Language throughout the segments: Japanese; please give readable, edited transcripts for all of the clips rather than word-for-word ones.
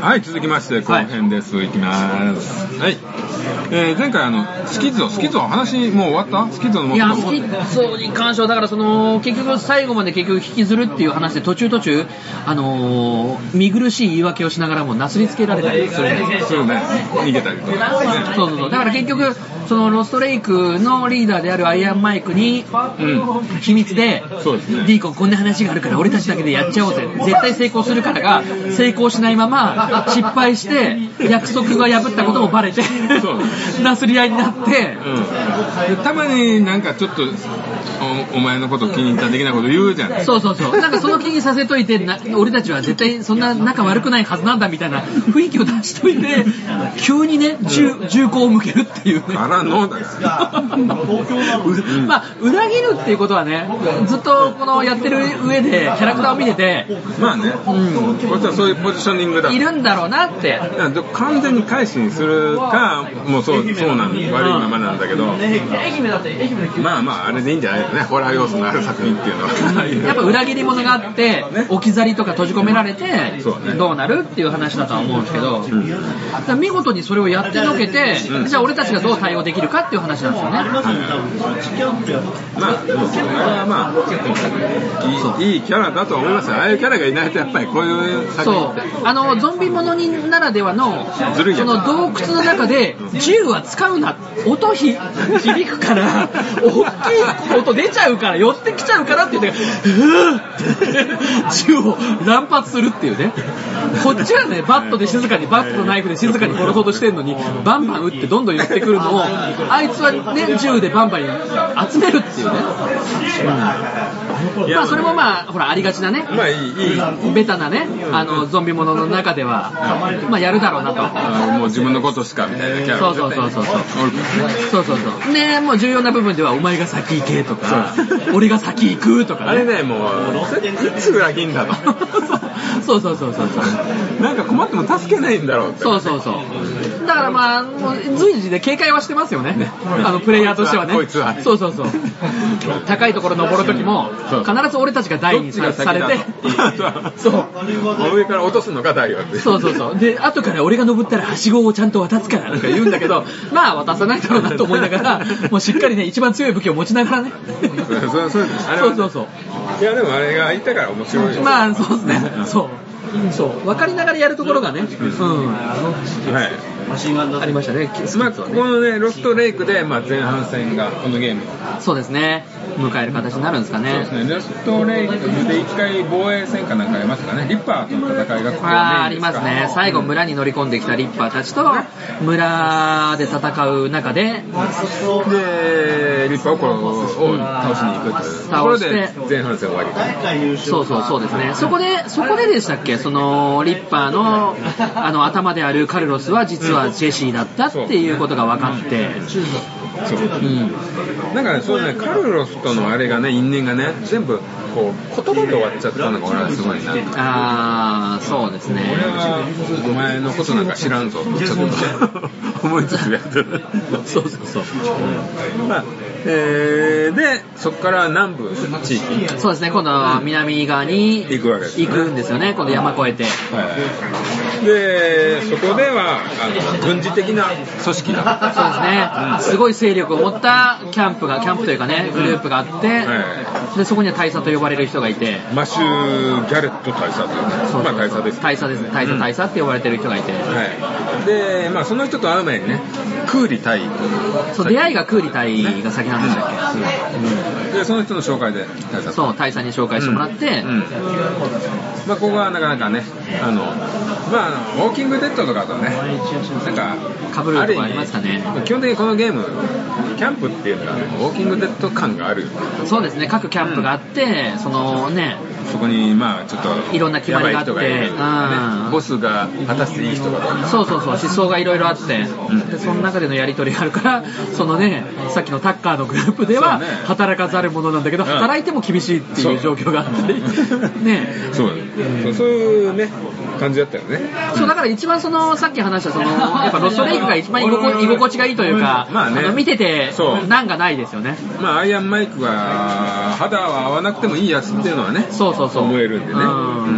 はい、続きまして後編です。いきます。はい。前回スキッゾ話もう終わった？スキッゾのいや、スキッゾに関してはだから結局最後まで引きずるっていう話で途中見苦しい言い訳をしながらもなすりつけられたりするんですよ。 そうね。逃げたりとか。 そうだから結局ロストレイクのリーダーであるアイアンマイクに秘密で、 そうですね、 ディーコンこんな話があるから俺たちだけでやっちゃおうぜ、絶対成功するからが成功しないまま失敗して約束が破ったこともバレてなすり合いになって、 たまになんかちょっとお前のこと気に入った的なこと言うじゃん。 そうなんかその気にさせといて俺たちは絶対そんな仲悪くないはずなんだみたいな雰囲気を出しといて急にね銃口を向けるっていうね。まあ裏切るっていうことはね、ずっとこのやってる上でキャラクターを見てて、 まあね、こいつはそういうポジショニングだいるんだろうなって。 完全に改心するかもうそうなん悪いままなんだけど、まああれでいいんじゃないですかね、ホラー要素のある作品っていうのはやっぱ裏切り者があって置き去りとか閉じ込められてどうなるっていう話だとは思うんですけど、見事にそれをやってのけて、じゃあ俺たちがどう対応できるかっていう話なんですよね。 まあいいキャラだと思いますよ。ああいうキャラがいないとやっぱりこういう作品ってゾンビものにならではのその洞窟の中で銃は使うな、音響くから大きい音出ちゃうから寄ってきちゃうからって言って銃を乱発するっていうね。こっちはねバットとナイフで静かに殺そうとしてるのにバンバン撃ってどんどん寄ってくるのをあいつはね銃でバンバン集めるっていうね。まあそれもまあほらありがちなね、 まあいいベタなねゾンビものの中ではまあやるだろうなと。 もう自分のことしかみたいなキャラ。 そうね、もう重要な部分ではお前が先行けとか俺が先行くとかね。 あれね、もういつ裏切んだとそうなんか困っても助けないんだろうって。 そうだからまあもう随時で警戒はしてますよねプレイヤーとしてはね。 こいつはそう高いところ登る時も必ず俺たちが台にされて上から落とすのが台はそうで後から俺が登ったらはしごをちゃんと渡すからとか言うんだけどまあ渡さないだろうなと思いながらもうしっかりね一番強い武器を持ちながらねそういやでもあれがいたから面白い。 まあそうですね。そう分かりながらやるところがね、ありましたね。 このねロストレイクで前半戦がこのゲームそうですね迎える形になるんですかね。 そうですね。ロストレイクで1回防衛戦かなんかありますかね。リッパーとの戦いがここありますね。最後村に乗り込んできたリッパーたちと村で戦う中でリッパーを倒しに行くというところで前半戦終わり。 そうですね。そこででしたっけ、そのリッパーの頭であるカルロスは実はジェシーだったっていうことが分かって、 なんかね、そうね、カルロスとのあれがね、因縁がね、全部こう言葉で終わっちゃったのが俺はすごいな。 そうですね。 俺はお前のことなんか知らんぞってちょっと思いつつやってる。 そうでそこから南部地域、 そうですね、今度は南側に行くんですよね。今度山越えて、 でそこでは軍事的な組織がそうですね、すごい勢力を持ったキャンプというかねグループがあって、でそこには大佐と呼ばれる人がいて、 マシュー・ギャレット大佐という、大佐です。 大佐って呼ばれてる人がいて、 でその人と会う前にね、クーリ隊、 出会いがクーリ隊が先なんでしたっけ。 でその人の紹介で大佐に紹介してもらって、 ここはなかなかねウォーキングデッドとかとねなんか被るとこありますかね。 基本的にこのゲームキャンプっていうのはウォーキングデッド感がある。 そうですね、各キャンプがあって、そこにちょっといろんな決まりがあって、 ボスが果たしていい人かとか、 そう思想がいろいろあって、でその中でのやり取りがあるから、さっきのタッカーのグループでは働かざる者なんだけど、働いても厳しいっていう状況があったりね。 そういうね感じだったよね。 だから一番さっき話したやっぱロストレイクが一番居心地がいいというか、見てて難がないですよね。 アイアンマイクは肌は合わなくてもいいやつっていうのはね、思えるんでね。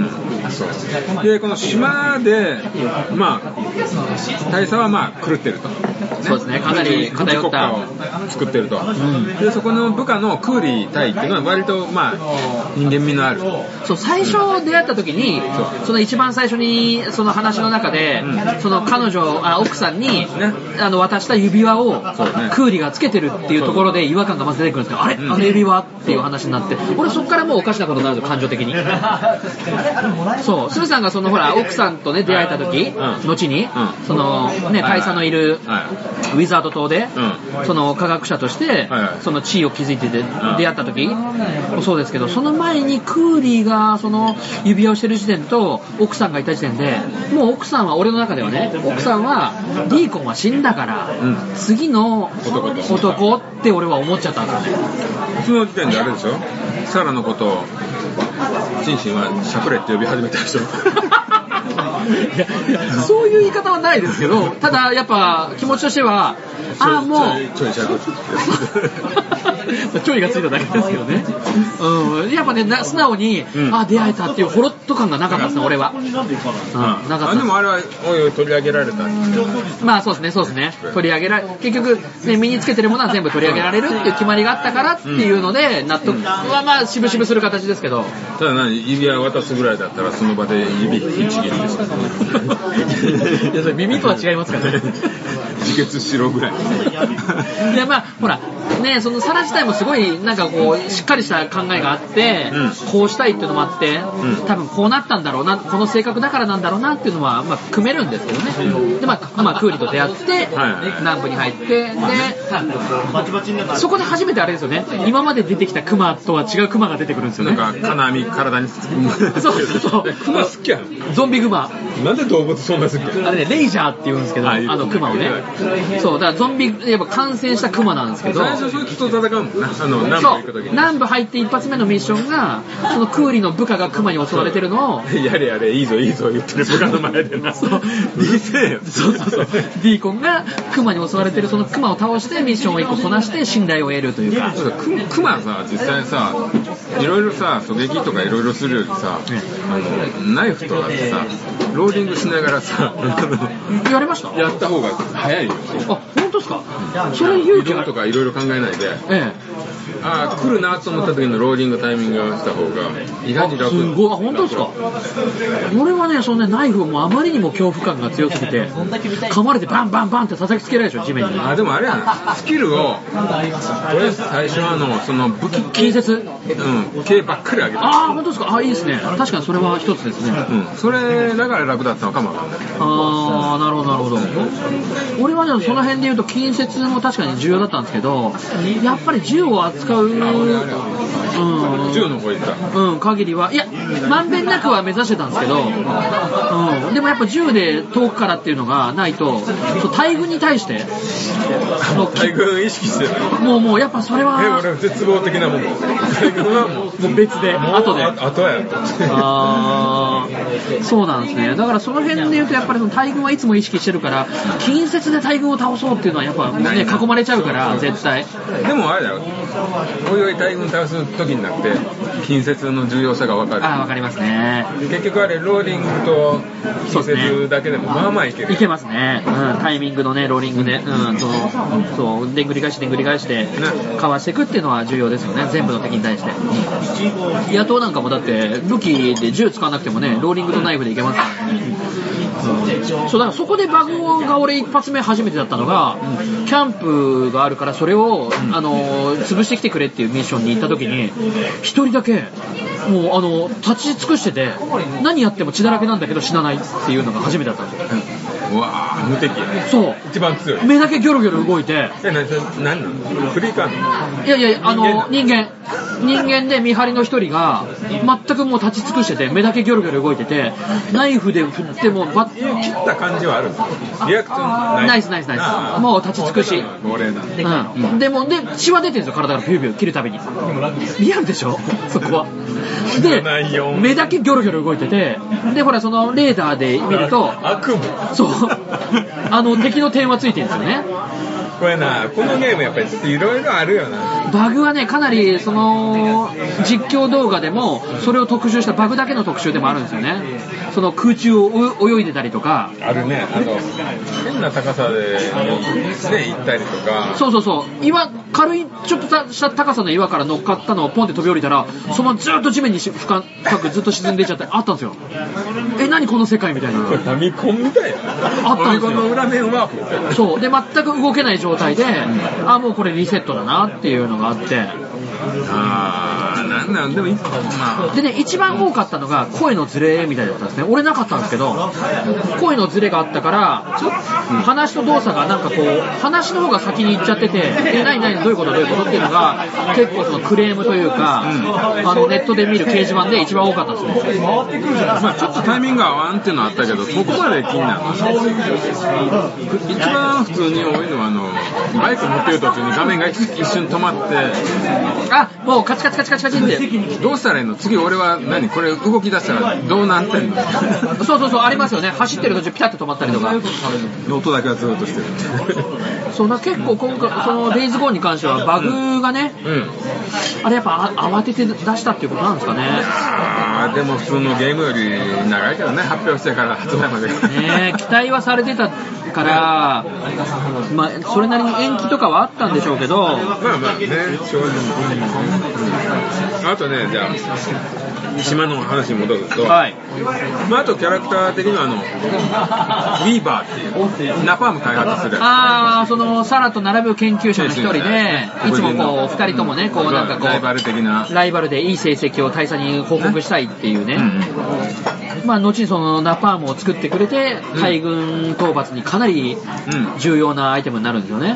そうでこの島でまあ大佐はまあ狂ってると、 そうですね、かなり偏った国家を作ってると、でそこの部下のクーリー隊っていうのは割とまあ人間味のある。 そう、最初出会った時に、その一番最初にその話の中で、その彼女奥さんに、渡した指輪をクーリーがつけてるっていうところで違和感がまず出てくるんですけど、あれ、あの指輪っていう話になって、俺そこからもうおかしなことになるんですよ、感情的に。そう、スーさんがそのほら奥さんとね出会えた時、後に、そのね大佐のいるウィザード島で、その科学者としてその地位を築いてて出会った時もそうですけど、その前にクーリーがその指輪をしてる時点と奥さんがいた時点で、もう奥さんは俺の中ではね、奥さんはディーコンは死んだから、次の男って俺は思っちゃったんですよね。 その時点であれでしょ、サラのことをチンシンはシャクレって呼び始めたでしょ。 いやそういう言い方はないですけど、ただやっぱ気持ちとしてはもうちょいシャクちょいがついただけですけどね、やっぱね素直に、出会えたっていうホロッと感がなかったですね俺は、なかった。 でもあれはおいおい取り上げられた。 まあそうですね取り上げられ、結局、ね、身につけてるものは全部取り上げられるっていう決まりがあったからっていうので、納得はまあしぶしぶする形ですけど、 ただ指輪渡すぐらいだったらその場で指一撃ですからいやそれ耳とは違いますからね。 自決しろぐらい。 いやまあほらね、そのサラ自体もすごいなんかこうしっかりした考えがあって、こうしたいっていうのもあって、多分こうなったんだろうな、この性格だからなんだろうなっていうのはまあ組めるんですけどね。でまあクーリと出会って、南部に入ってで、そこで初めてあれですよね。今まで出てきたクマとは違うクマが出てくるんですよね。 なんか金網体にそうクマ好きやん。 ゾンビクマ。 なんで動物そんな好きやん。 あれねレイジャーって言うんですけど、クマをね。そうだからゾンビやっぱ感染したクマなんですけど。 最初そいつと戦うもんな。南部行く時に。 南部入って一発目のミッションがそのクーリの部下がクマに襲われてるのをやれやれいいぞいいぞ言ってる部下の前でな。そう。ディーコンがクマに襲われてるそのクマを倒してミッションを1個こなして信頼を得るというか。 クマさ実際さいろいろさ狙撃とかいろいろするよりさ、ナイフとかでさローディングしながらさやれました？ やった方が早いよ。 あ本当ですか？それ勇気とかいろいろ考えないで、来るなと思った時のローディングタイミングがした方が意外に楽。 すごい。本当ですか？俺はねそのねナイフもあまりにも恐怖感が強すぎて噛まれてバンバンバンって叩きつけられるでしょ地面に。 でもあれやなスキルを俺最初はその武器近接系ばっかり上げて。 本当ですか？いいですね。確かにそれは一つですね。 それだから楽だったのかもわかんない。 なるほどなるほど。俺はねその辺で言うと近接も確かに重要だったんですけど、やっぱり銃を扱う銃の方行った限りはいやまんべんなくは目指してたんですけど、でもやっぱ銃で遠くからっていうのがないと大軍に対して大軍意識してる。 もうやっぱそれは俺絶望的なもん。大軍はもう別で後で後やそうなんですね。だからその辺で言うとやっぱりその大軍はいつも意識してるから近接で大軍を倒そうっていうのはやっぱね囲まれちゃうから絶対。でもあれだよおいおい大軍倒す時になって近接の重要さが分かる。 分かりますね。 結局あれローディングと近接だけでもまあまあいける。 いけますね。タイミングのねローディングでそうでんぐり返してかわしていくっていうのは重要ですよね。全部の敵に対して。野党なんかもだって武器で銃使わなくてもねローディングとナイフでいけますからね。そうだからそこでバグが俺一発目初めてだったのが、キャンプがあるからそれを、潰してきてくれっていうミッションに行った時に一人だけもう立ち尽くしてて何やっても血だらけなんだけど死なないっていうのが初めてだったんですよ。 うわ無敵。 そう一番強い。 目だけギョロギョロ動いて。 何なの？フリーカー？ いや人間で見張りの一人が全くもう立ち尽くしてて目だけギョロギョロ動いててナイフで振っても切った感じはある。リアクションナイスもう立ち尽くし。で血は出てるんですよ体からビュービュー切るたびに。リアルでしょそこは。で目だけギョロギョロ動いててでほらそのレーダーで見るとそう敵の点はついてるんですよね。 これなこのゲームやっぱりいろいろあるよな。 バグはね、かなりその実況動画でもそれを特集したバグだけの特集でもあるんですよね。その空中を泳いでたりとか、 あるね。変な高さで、ね、行ったりとか。 そうそうそう、軽いちょっとした高さの岩から乗っかったのをポンって飛び降りたら、そのままずっと地面に深くずっと沈んでいっちゃってあったんですよ。何この世界みたいな。 ファミコンみたいな。 あったんですよ。 ファミコンの裏面ワープみたいな。 そうで全く動けない状態で、もうこれリセットだなっていうのがあって。 なんでもでね、一番多かったのが声のズレみたいだったんですね。俺なかったんですけど、声のズレがあったから話の動作がなんかこう話の方が先に行っちゃってて、何どういうことっていうのが結構そのクレームというか、ネットで見る掲示板で一番多かったですね。 ちょっとタイミング合わんっていうのはあったけど、そこまで気になる。一番普通に多いのはバイク乗ってる途中に画面が一瞬止まって、 もうカチカチってどうしたらいいの、次俺はこれ動き出したらどうなってんのそうありますよね。走ってる途中ピタッと止まったりとか、 音だけはずっとしてるそうだ、結構今回そのデイズゴーンに関してはバグがね、あれやっぱ慌てて出したっていうことなんですかね。 でも普通のゲームより長いけどね、発表してから発売までね、期待はされてたから、それなりに延期とかはあったんでしょうけど、 ね、正直あとね、じゃあ島の話に戻ると、あとキャラクター的にはウィーバーっていうナパーム開発するそのサラと並ぶ研究者の一人で、いつもこう2人ともね、こうなんかこうライバル的な、 ライバルでいい成績を大佐に報告したいっていうね、後にそのナパームを作ってくれて、海軍討伐にかなり重要なアイテムになるんですよね。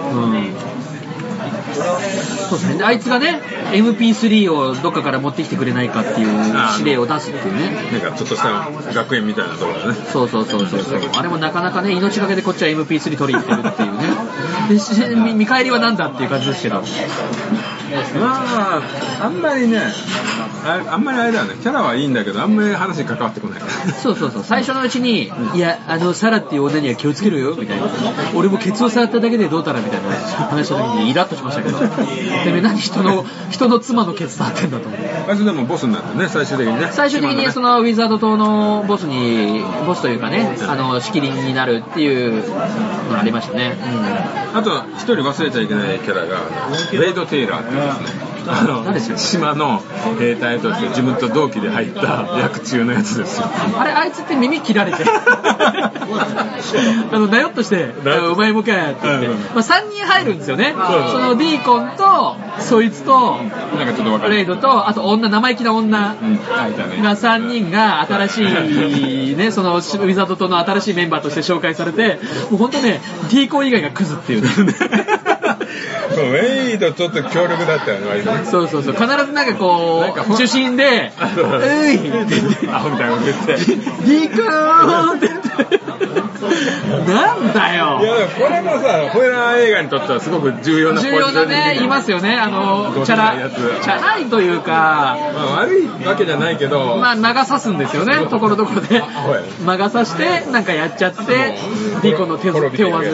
そうですね。あいつがね MP3 をどっかから持ってきてくれないかっていう指令を出すっていうね、 なんかちょっとした学園みたいなところだね。 そうあれもなかなかね、命がけでこっちは MP3 取りに行ってるっていうねで見返りはなんだっていう感じですけど、 あんまりね、あんまりあれだよね、キャラはいいんだけどあんまり話に関わってこないそう最初のうちに、いやサラっていう女には気をつけろよみたいな、俺もケツを触っただけでどうたらみたいな話した時にイラッとしましたけどでも何人の妻のケツ触ってんだと思って、 あいつでもボスになってね、最終的にそのウィザード島のボスというかね、仕切りになるっていうのがありましたね。 あと一人忘れちゃいけないキャラがレイド・テイラーっていうですね、島の兵隊として自分と同期で入った役中のやつですよ。 あいつって耳切られてなよっとしてお前もかやって言って、3人入るんですよね。そのディーコンとそいつとなんかちょっと分かるレイドと、あと生意気な女が3人が新しいね、そのウィザード島の新しいメンバーとして紹介されて、もう本当ね、ディーコン以外がクズっていうねウェイドちょっと強力だったよね。 そう必ずなんかこう中心で「うい!」って言って「 アホみたいなこと言ってディーコーン!」って言ってなんだよ。 いやこれもさ、ホラー映画にとってはすごく重要なポジションだね。いますよね、チャラいというか、 悪いわけじゃないけど、 魔が差すんですよね、ところどころで魔が差してなんかやっちゃってディーコンの手を煩わ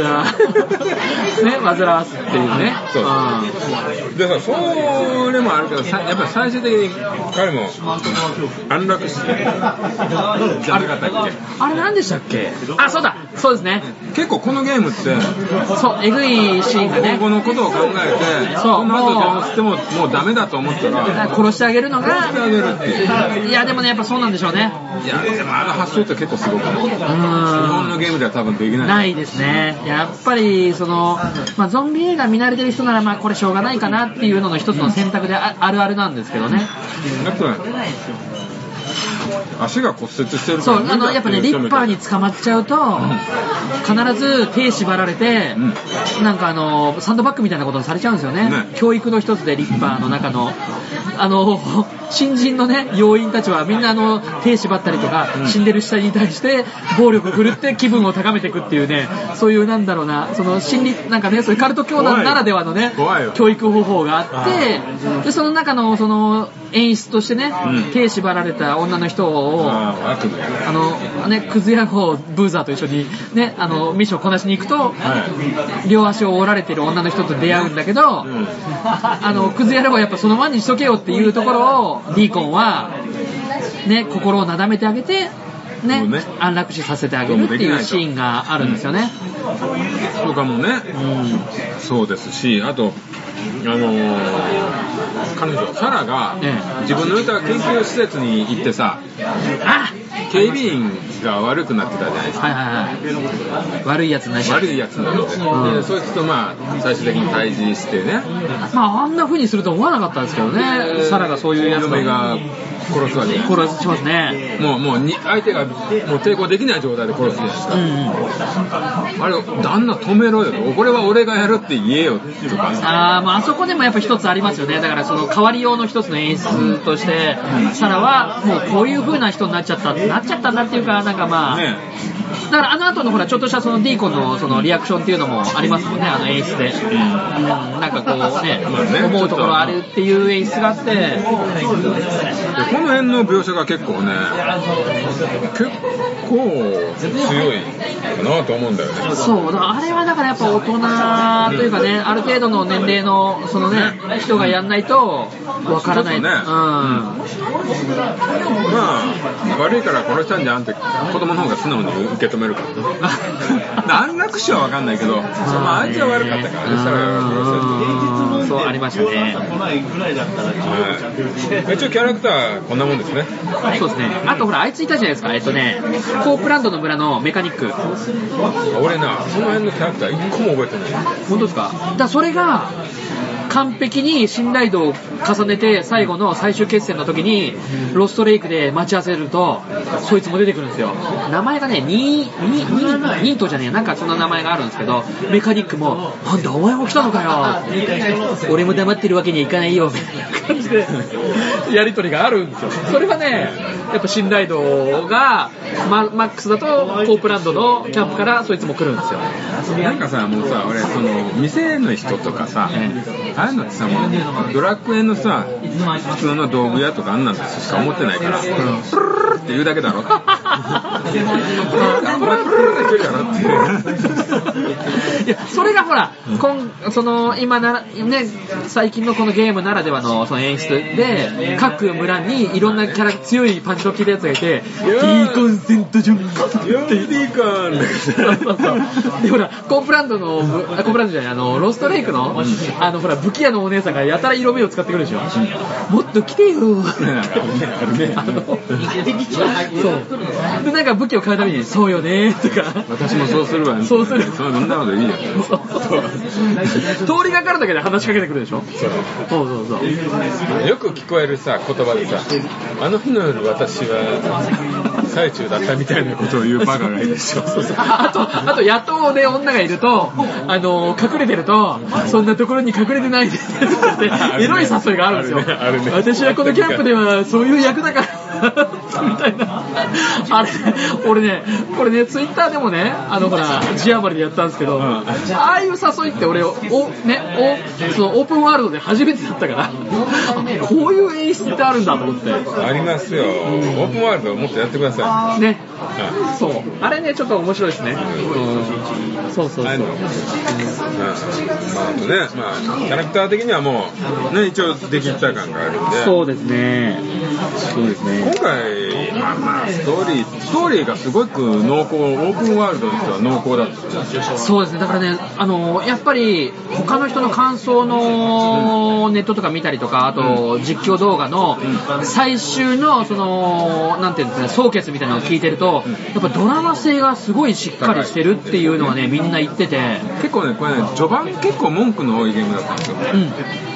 すっていうね。 でさ、それもあるけど、やっぱり最終的に彼も安楽死であれ何でしたっけ。そうですね。 結構このゲームってえぐいシーンがね、 このことを考えて、この後邪魔してももうダメだと思ったら殺してあげるのがっていう。 いやでもね、やっぱそうなんでしょうね。 いやでも発想って結構すごく日本のゲームでは多分できないですね。やっぱりゾンビ映画見慣れてる人ならこれしょうがないかなっていうのの一つの選択であるあるなんですけどね。 足が骨折してるから、 やっぱね、リッパーに捕まっちゃうと必ず手縛られて、なんかサンドバッグみたいなことにされちゃうんですよね。教育の一つでリッパーの中の新人のね、要員たちはみんな手縛ったりとか、死んでる死体に対して暴力を振るって気分を高めていくっていうね、そういうなんだろうな、その心理、なんかね、そういうカルト教団ならではのね、教育方法があって、で、その中のその演出としてね、手縛られた女の人を、クズ野郎ブーザーと一緒にね、ミッションをこなしに行くと、両足を折られてる女の人と出会うんだけど、クズ野郎はやっぱそのままにしとけよっていうところを、ディーコンは、ね、心をなだめてあげて、ね、安楽死させてあげるっていうシーンがあるんですよね。 とかもね、そうですし、あと、彼女サラが自分のいた研究施設に行ってさ、警備員が悪くなってたじゃないですか。 悪いやつになっちゃう。 悪いやつなので、そいつと最終的に対峙してね。 あんな風にすると思わなかったんですけどね。サラがそういうやつが殺すわけ。 殺しますね。 もう相手がもう抵抗できない状態で殺すじゃないですか。あれ旦那止めろよと。これは俺がやるって言えよとか。 あそこでもやっぱ一つありますよね。だからその代わり用の一つの演出として、サラはもうこういう風な人になっちゃったんだっていうか、なんかだから後のほらちょっとしたそのディーコンのそのリアクションっていうのもありますもんね、演出で。なんかこうね、思うところあるっていう演出があって、 この辺の描写が結構ね、結構強いかなと思うんだよね。 そうだ、あれはだからやっぱ大人というかね、ある程度の年齢のそのね人がやんないとわからない。 悪いから殺したんじゃんって子供の方が素直に受け止めるから安楽死は分かんないけど、あいつは悪かったからね、サラが殺そうありましたね。 一応キャラクターこんなもんですね。 そうですね。あとほらあいついたじゃないですか、コープランドの村のメカニック。 俺な、その辺のキャラクター一個も覚えてない。 本当ですか？それが完璧に信頼度を重ねて最後の最終決戦の時にロストレイクで待ち合わせるとそいつも出てくるんですよ。名前がねニートじゃねえ、なんかそんな名前があるんですけど、メカニックもなんだお前も来たのかよ、俺も黙ってるわけにはいかないよみたいな感じでやり取りがあるんですよ。それはねやっぱ信頼度がマックスだとコープランドのキャンプからそいつも来るんですよ。 なんかさ、もうさ、俺その店の人とかさ、ああいうのってさ、もうドラッグ園のさ普通の道具屋とかあんなんですしか思ってないから、プルルルって言うだけだろ。プルルルって言うだろって。 いや、それがほら、その今ね最近のこのゲームならではのその演出で、各村にいろんなキャラ強いパンチの効いたやつがいて、ディーコンセントジョンってディーコンでほらコープランドじゃない、ロストレイクのほら武器屋のお姉さんがやたら色目を使ってくるでしょ。もっと来てよそうで、なんか武器を買うたびにそうよねとか、 私もそうするわね、 そうする、 そんなこといいよ。 通りがかるだけで話しかけてくるでしょ。 そうよく聞こえるさ言葉でさ、あの日の夜私は最中だったみたいなことを言うバカがいるでしょ。 あと野党で女がいると隠れてると、そんなところに隠れてないでってエロい誘いがあるんですよ。私はこのキャンプではそういう役だからみたいな。あれ俺ねこれねツイッターでもねほら字余りでやったんですけど、ああいう誘いって俺そのオープンワールドで初めてだったからこういう演出ってあるんだと思って。 ありますよ、オープンワールドをもっとやってくださいね。 そうあれねちょっと面白いですね。そうあとね、キャラクター的にはもうね一応できた感があるんで。 そうですね。 今回ストーリーがすごく濃厚、オープンワールドの人は濃厚だった。 そうですね。だからねやっぱり他の人の感想のネットとか見たりとか、あと実況動画の最終のそのなんていうんですかね、総決みたいなのを聞いてると、やっぱドラマ性がすごいしっかりしてるっていうのはねみんな言ってて、 結構ねこれね序盤結構文句の多いゲームだったんですよ。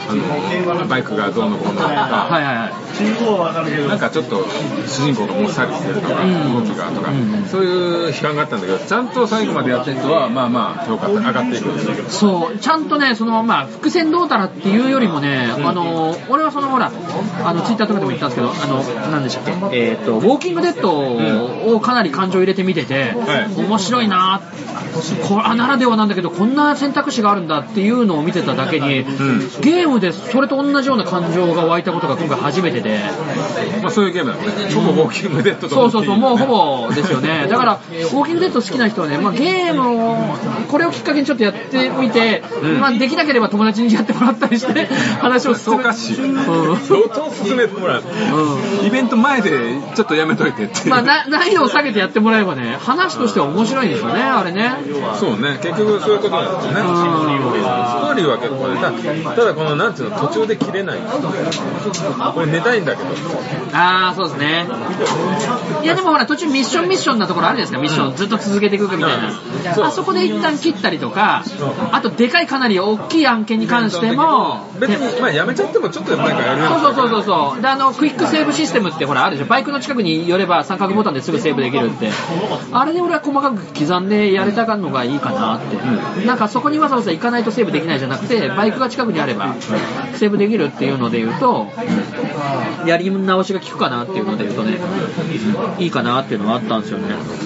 バイクがどうのこうのとか、なんかちょっと主人公がもっさりしてるとか、動きがとか、そういう批判があったんだけど、ちゃんと最後までやってる人はまあまあ評価上がっていくんだけど、 そうちゃんとね伏線どうたらっていうよりもね、俺はほらツイッターとかでも言ったんですけど、何でしたっけ、ウォーキングデッドをかなり感情入れて見てて、面白いなならではなんだけどこんな選択肢があるんだっていうのを見てただけに、ゲームでそれと同じような感情が湧いたことが今回初めてで、 まあそういうゲームだね。ほぼウォーキングデッドとそうもうほぼですよね。だからウォーキングデッド好きな人はね、ゲームをこれをきっかけにちょっとやってみて、できなければ友達にやってもらったりして話をそうかし、相当進めてもらう、イベント前でちょっとやめといてって難易度を下げてやってもらえばね、話としては面白いんですよね、あれね。 そうね、結局そういうことなんですよね。ストーリーは結構ね、ただこのなんていうの、途中で切れない、これ寝たいんだけど、 そうですね。いやでもほら途中ミッションなところあるじゃないですか、ミッションずっと続けていくみたいな、あそこで一旦切ったりとか、あとでかいかなり大きい案件に関しても別にやめちゃってもちょっとなんかやる。 そうでクイックセーブシステムってほらあるでしょ、バイクの近くに寄れば三角ボタンですぐセーブできるって、あれで俺は細かく刻んでやれたのがいいかなって、なんかそこにわざわざ行かないとセーブできないじゃなくて、バイクが近くにあればセーブできるっていうので言うと、やり直しが効くかなっていうので言うとね、いいかなっていうのがあったんですよね。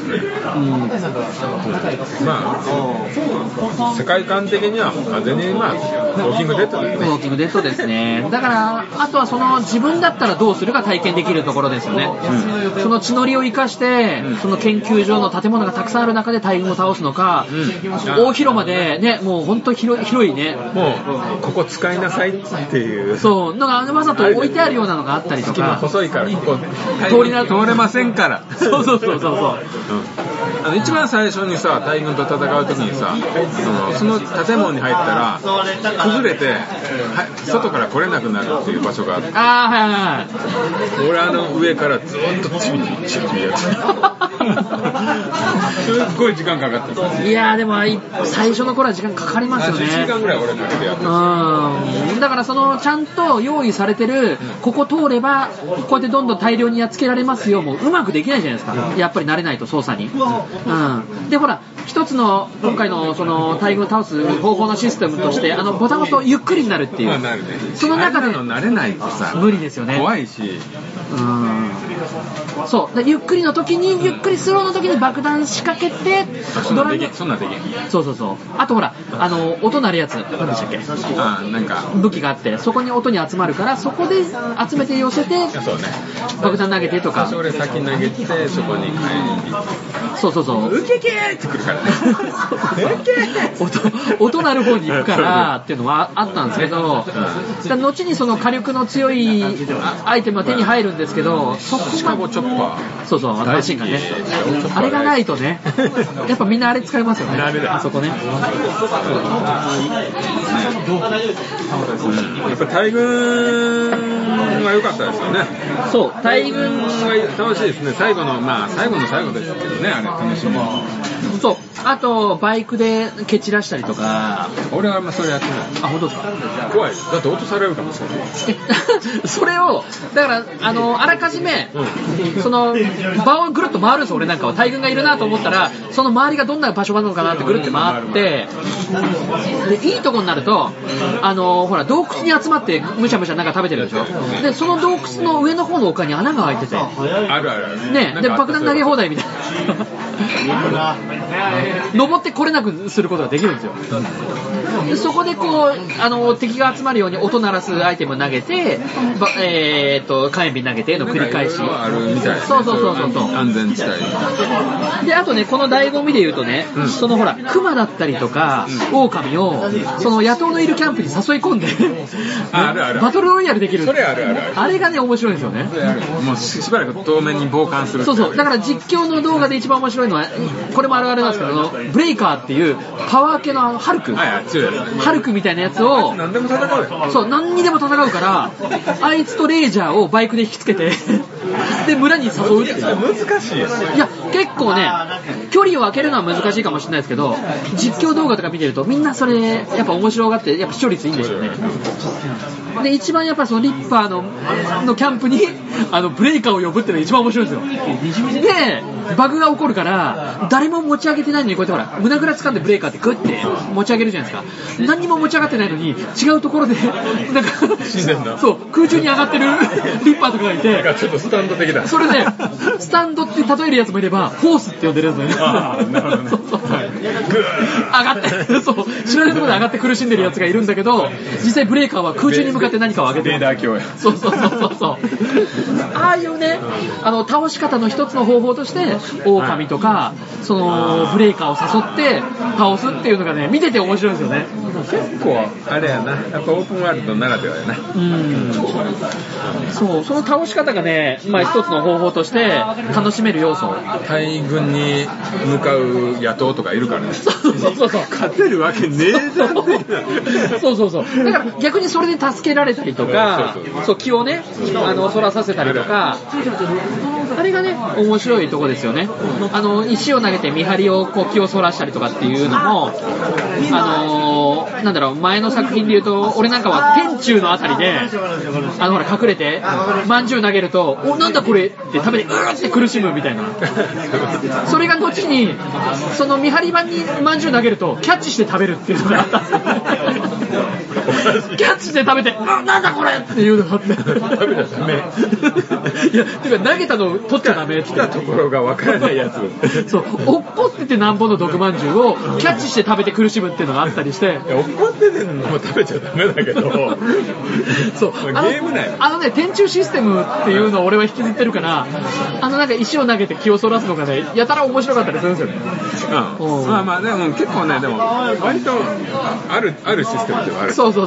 世界観的には完全にウォーキングデッドですね。 ウォーキングデッドですね。だからあとは自分だったらどうするか体験できるところですよね。その血のりを生かして、その研究所の建物がたくさんある中で大軍を倒すのか、大広間でね、もう本当に広いね、 もうここ使いなさいっていうのがわざと置いてあるようなのがあったりとか、 細いからここ通れませんから。 そう一番最初にさ、大軍と戦う時にさ、その建物に入ったら崩れて外から来れなくなるっていう場所があって、俺上からずっとチビチビやってすっごい時間かかった。 いやでも最初の頃は時間かかりますよね。 1時間ぐらい俺だけでやってる。 だからちゃんと用意されてる、ここ通ればこうやってどんどん大量にやっつけられますよ、もううまくできないじゃないですか、やっぱり慣れないと操作に。でほら一つの今回の大軍を倒す方法のシステムとして、ボタンを押すとゆっくりになるっていう、その中で慣れないとさ無理ですよね。 怖いし、 そうゆっくりの時に、ゆっくりスローの時に爆弾仕掛けて、 そんなできん。 そうあとほら音鳴るやつ何でしたっけ、 なんか武器があって、そこに音に集まるから、そこで集めて寄せて爆弾投げてとか、 俺先投げてそこに帰りウケケーってくるからね音鳴る方に行くからっていうのはあったんですけど、後にその火力の強いアイテムは手に入るんですけど、そこシカゴチョッパー、 マシンガンね、あれがないとねやっぱみんなあれ使いますよね、あそこね。 やっぱ大軍は良かったですよね。 そう大軍は楽しいですね。最後の最後ですけどね、あれ楽しみ。 そうあとバイクで蹴散らしたりとか。 俺はそれやってない。 本当ですか。 怖い、だって落とされるかもしれない。 それをだからあらかじめ、その場をぐるっと回るんですよ。俺なんかは大軍がいるなと思ったら、その周りがどんな場所があるのかなってぐるって回って、でいいとこになるとほら洞窟に集まってむしゃむしゃなんか食べてるでしょ。でその洞窟の上の方の丘に穴が開いてて、 あるね、で爆弾投げ放題みたいな登ってこれなくすることができるんですよ。でそこでこう敵が集まるように音鳴らすアイテム投げて、火炎瓶投げての繰り返しあるみたいな、ね、 そう安全地帯で、あとねこの醍醐味で言うとね、そのほらクマだったりとか、狼をその野党のいるキャンプに誘い込んであるバトルロイヤルできる。 それあるあれがね面白いんですよね。 もうしばらく遠目に傍観する。 そうだから実況の動画で一番面白いのはこれもあるあるなんですけど、ブレイカーっていうパワー系のハルク、ハルクみたいなやつを何でも戦うよ。 そう何にでも戦うから、あいつとレイジャーをバイクで引きつけてで村に誘うっていう。 難しいよ。 いや結構ね距離を空けるのは難しいかもしれないですけど、実況動画とか見てるとみんなそれやっぱ面白がってやっぱ視聴率いいんでしょうね。で一番やっぱりそのリッパーのキャンプにブレイカーを呼ぶっていうのが一番面白いんですよ。でバグが起こるから誰も持ち上げてないのにこうやってほら胸ぐら掴んでブレイカーってグッて持ち上げるじゃないですか。何にも持ち上がってないのに違うところでなんかそう空中に上がってるリッパーとかがいて、 なんかちょっとスタンド的だ。 それでスタンドって例えるやつもいればフォースって呼んでるやつもいる。 なるほどね。 上がってそう知らないところで上がって苦しんでるやつがいるんだけど、実際ブレイカーは空中に向かって何かを上げてる。 レーダー鏡や。 そうああいうね倒し方の一つの方法として狼とかそのブレイカーを誘って倒すっていうのがね見てて面白いんですよね。 結構あれやな、やっぱオープンワールドならではやな。 そうその倒し方がね、まあ一つの方法として楽しめる要素。 大軍に向かう野党とかいるからね。 そう勝てるわけねえだろ。 そうだから逆にそれで助けられたりとか、そう気をねそらさせたりとか、あれがね面白いとこですよね。石を投げて見張りをこう気をそらしたりとかっていうのもなんだろう、前の作品で言うと俺なんかは天柱のあたりでほら隠れてまんじゅう投げるとおなんだこれって食べてうーって苦しむみたいな。それが後にその見張り板にまんじゅう投げるとキャッチして食べるっていうのがあったんですよ。キャッチして食べてなんだこれっていうのがあって食べちゃダメ。いやてか投げたの取っちゃダメって来たところが分からないやつ。 そう落っこっててなんぼの毒まんじゅうをキャッチして食べて苦しむっていうのがあったりして、 落っこっててんのも食べちゃダメだけどそうゲーム内ね天柱システムっていうのを俺は引きずってるからなんか石を投げて気をそらすのがねやたら面白かったりするんですよね。 まあでも結構ねでも割とあるシステムではある。 そう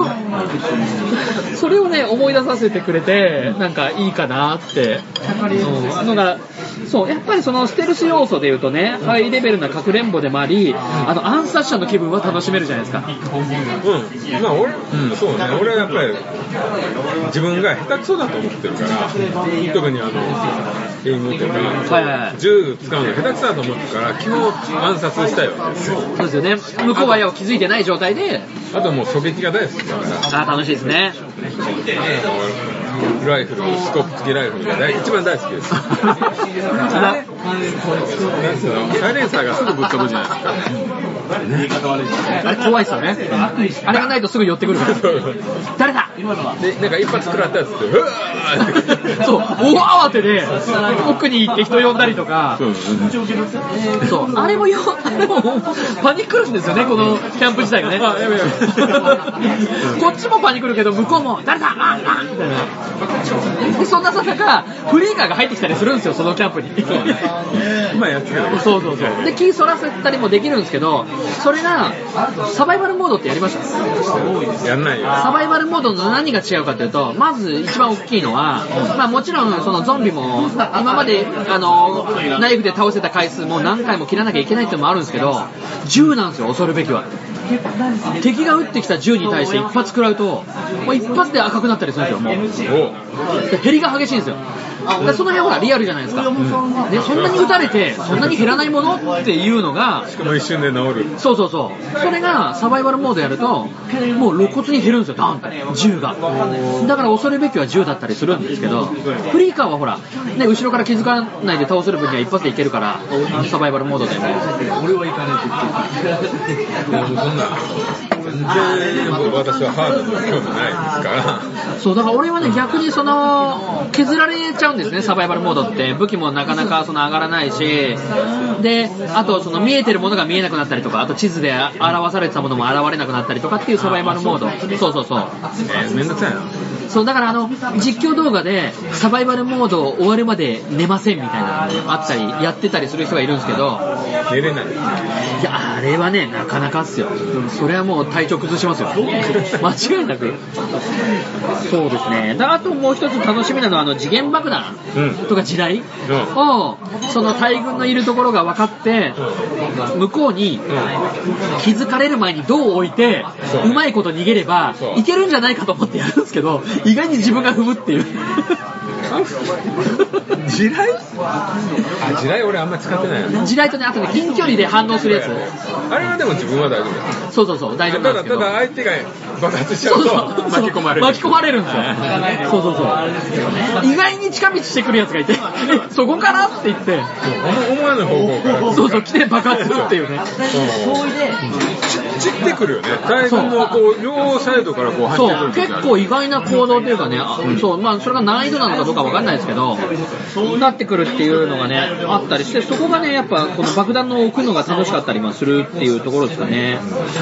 それをね思い出させてくれてなんかいいかなってのが、そうやっぱりそのステルス要素でいうとねハイレベルなかくれんぼでもあり暗殺者の気分は楽しめるじゃないですか。 まあそうね、俺はやっぱり自分が下手くそだと思ってるから特にエイムとか銃使うの下手くそだと思ってるから基本暗殺したいわけですよ。 そうですよね。向こうは矢を気づいてない状態であともう狙撃が大好きだから楽しいですね。 ライフルスコープ付きライフルが一番大好きです。サイレンサーがすぐぶっ飛ぶじゃないですか。あれ怖いですよね。あれがないとすぐ寄ってくるから誰だでなんか一発食らったやつってうわーってそう大慌てで奥に行って人呼んだりとかそうあれもパニクるんですよねこのキャンプ自体がね。こっちもパニクるけど向こうも誰だみたいな。でそんなさなかフリーカーが入ってきたりするんですよそのキャンプに。 今やってる。 そうで気そらせたりもできるんですけど、それがサバイバルモードってやりました？ やんないよ。 サバイバルモードの何が違うかというと、まず一番大きいのは、まあもちろんそのゾンビも今までナイフで倒せた回数も何回も切らなきゃいけないっていうのもあるんですけど、銃なんですよ恐るべきは。敵が撃ってきた銃に対して一発食らうともう一発で赤くなったりするんですよ。もう減りが激しいんですよ。その辺はリアルじゃないですか。でそんなに撃たれてそんなに減らないものっていうのがしかも一瞬で治る。 そうそれがサバイバルモードやるともう露骨に減るんですよダンって銃が。だから恐るべきは銃だったりするんですけど、フリーカーはほら、ね、後ろから気づかないで倒せる分には一発でいけるからサバイバルモードでも俺は行かないと全然私はハードに興味ないですから。 そうだから俺はね逆にその削られちゃうんですねサバイバルモードって。武器もなかなか上がらないし、であとその見えてるものが見えなくなったりとか、あと地図で表されてたものも現れなくなったりとかっていうサバイバルモード。そうめんどくさいな。 そうだから実況動画でサバイバルモード終わるまで寝ませんみたいなのあったりやってたりする人がいるんですけど、 寝れない。 いやあれはねなかなかっすよ。それはもう体調崩しますよ間違いなく。そうですね。あともう一つ楽しみなのは時限爆弾とか地雷をその大軍のいるところが分かって向こうに気づかれる前に銅を置いてうまいこと逃げればいけるんじゃないかと思ってやるんですけど、意外に自分が踏むっていう地雷？地雷俺あんまり使ってないよね。 地雷とね、あとね、近距離で反応するやつ。 あれはでも自分は大丈夫だよ。 そう大丈夫なんですけど。 ただ相手が爆発しちゃうと巻き込まれる。 巻き込まれるんですよ。そう。意外に近道してくるやつがいて、そこからって言って、 思わぬ方向から。 そう来て爆発するっていうね。 散ってくるよね。大軍のこう両サイドからこう入ってくる。 結構意外な行動というかね、それが難易度なのかどうかわかんないですけど、なってくるっていうのがね、あったりして、そこがね、やっぱこの爆弾の置くのが楽しかったりもするっていうところですかね。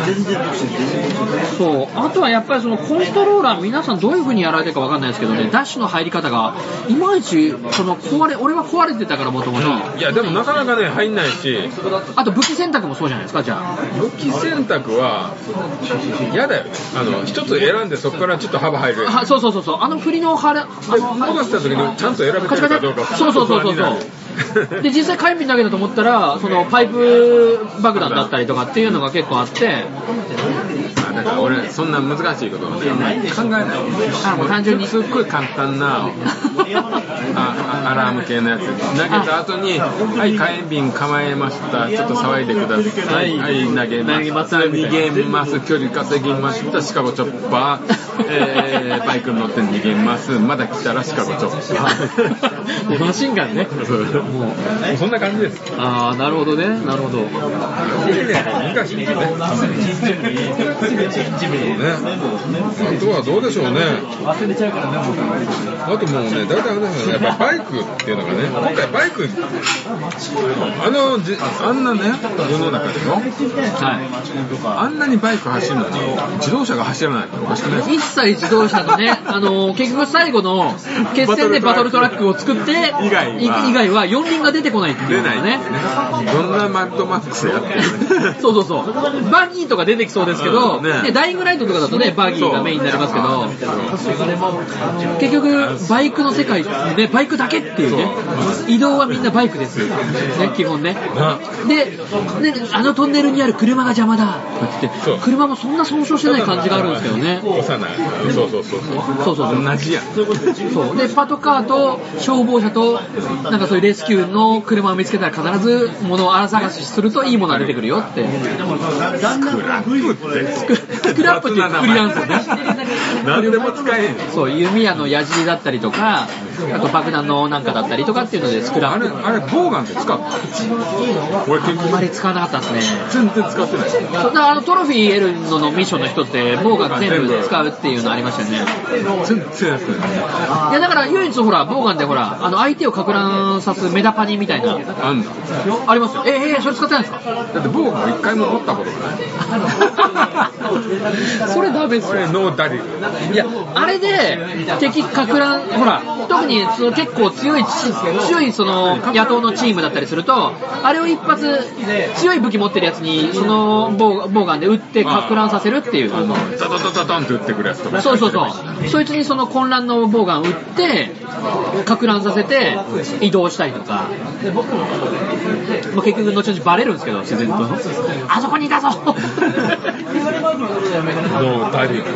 そう、あとはやっぱりそのコントローラー、皆さんどういう風にやられてるかわかんないですけどね、ダッシュの入り方がいまいち俺は壊れてたからもともと。 いやでもなかなかね入んないし、 あと武器選択もそうじゃないですか。じゃあ武器選択は嫌だよね。一つ選んでそこからちょっと幅入る。 そう。振りの戻した時にちゃんと選べてるかどうか。 そう。で実際火炎瓶投げたと思ったらそのパイプ爆弾だったりとかっていうのが結構あって。 だから俺そんな難しいことをね考えない。 もう単純にすっごい簡単なアラーム系のやつ投げた後にはい火炎瓶構えました、ちょっと騒いでください、はい投げます、逃げます、距離稼ぎました、シカゴチョッパー、バイクに乗って逃げます、まだ来たらシカゴチョッパーマシンガンね。 もうそんな感じです。 ああなるほどね、なるほど。 難しいね。あとはどうでしょうね。あともうね、大体やっぱバイクっていうのがね、今回バイクあんなね世の中での、あんなにバイク走るのに自動車が走らないっておかしくない？ 一切自動車のね、結局最後の決戦でバトルトラックを作って以外は四輪が出てこないっていうのね。 どんなマッドマックスやってるそうバギーとか出てきそうですけど、ダイイングライトとかだとねバギーがメインになりますけど、結局バイクの世界でバイクだけっていうね、移動はみんなバイクですね、基本ね。であのトンネルにある車が邪魔だって言って、車もそんな損傷してない感じがあるんですけどね。そう同じやん。 そうでパトカーと消防車となんかそういうレスキューの車を見つけたら必ず物を荒探しするといいものが出てくるよって。スクラップっていうくくりなんですよね。 何でも使えん。 そう弓矢の矢尻だったりとか、あと爆弾のなんかだったりとかっていうのでスクラップ。 あれボウガンって使った？俺あんまり使わなかったですね。 全然使ってない。 トロフィー得るのミッションの一つでボウガン全部使うっていうのありましたよね。 全然やってない。 いやだから唯一ほらボウガンでほら相手をか乱さすメダパニみたいなあんだ。 ありますよ。それ使ってないんですか？ だってボウガン一回も持ったことがない。 それダメですよ。 ノーダリル。 いやあれで敵か乱ほら特にその結構強いその野党のチームだったりすると、あれを一発強い武器持ってるやつにそのボウガンで撃ってか乱させるっていう。 ドドドドンって撃ってくるやつとか。 そうそいつにその混乱のボウガン撃ってか乱させて移動したりとか。結局後々バレるんですけど、自然とあそこにいたぞノーダリル。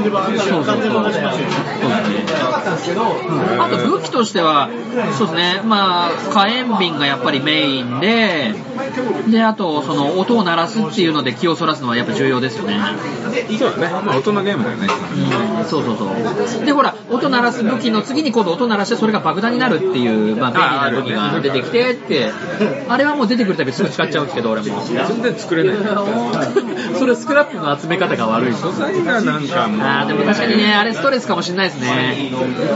あと武器としてはそうですね、火炎瓶がやっぱりメインであとその音を鳴らすっていうので気をそらすのはやっぱ重要ですよね。 そうだね、音のゲームだよね。 そうでほら音鳴らす武器の次に今度音鳴らしてそれが爆弾になるっていう、便利な武器が出てきてって、あれはもう出てくるたびすぐ使っちゃうんですけど、俺も全然作れないそれスクラップの集め方が悪い。 素材がなんかもうでも確かにね、あれストレスかもしれないですね。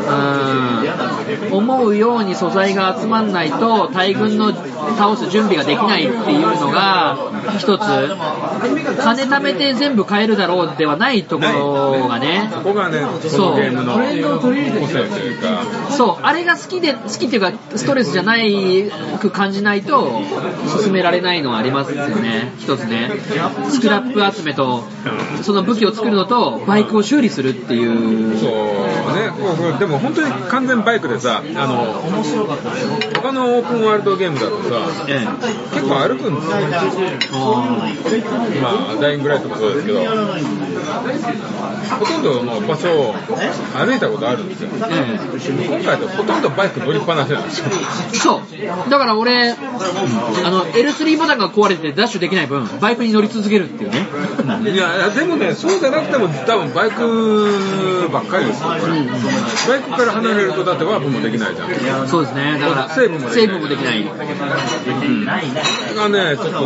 思うように素材が集まんないと大軍の倒す準備ができないっていうのが一つ。金貯めて全部買えるだろうではないところがね、 そこがね、そのゲームの個性というか、 あれが好きっていうかストレスじゃないく感じないと進められないのはありますよね。一つね、スクラップ集めとその武器を作るのとバイクを修理するっていう。 そうね、 でも本当に完全バイクでさ、他のオープンワールドゲームだとさ、結構歩くんですよ。まあダイイングライトもそうですけど、ほとんどの場所を歩いたことあるんですよ。今回とほとんどバイク乗りっぱなしなんですよ。 そう。だから俺、L3 ボタンが壊れてダッシュできない分、バイクに乗り続けるっていうね。 いやでもね、そうじゃなくても多分バイクばっかりですよ、これ。バイクから離れるとだってワープもできないじゃん。 そうですね。だからセーブもできない。 がね、ちょっとね、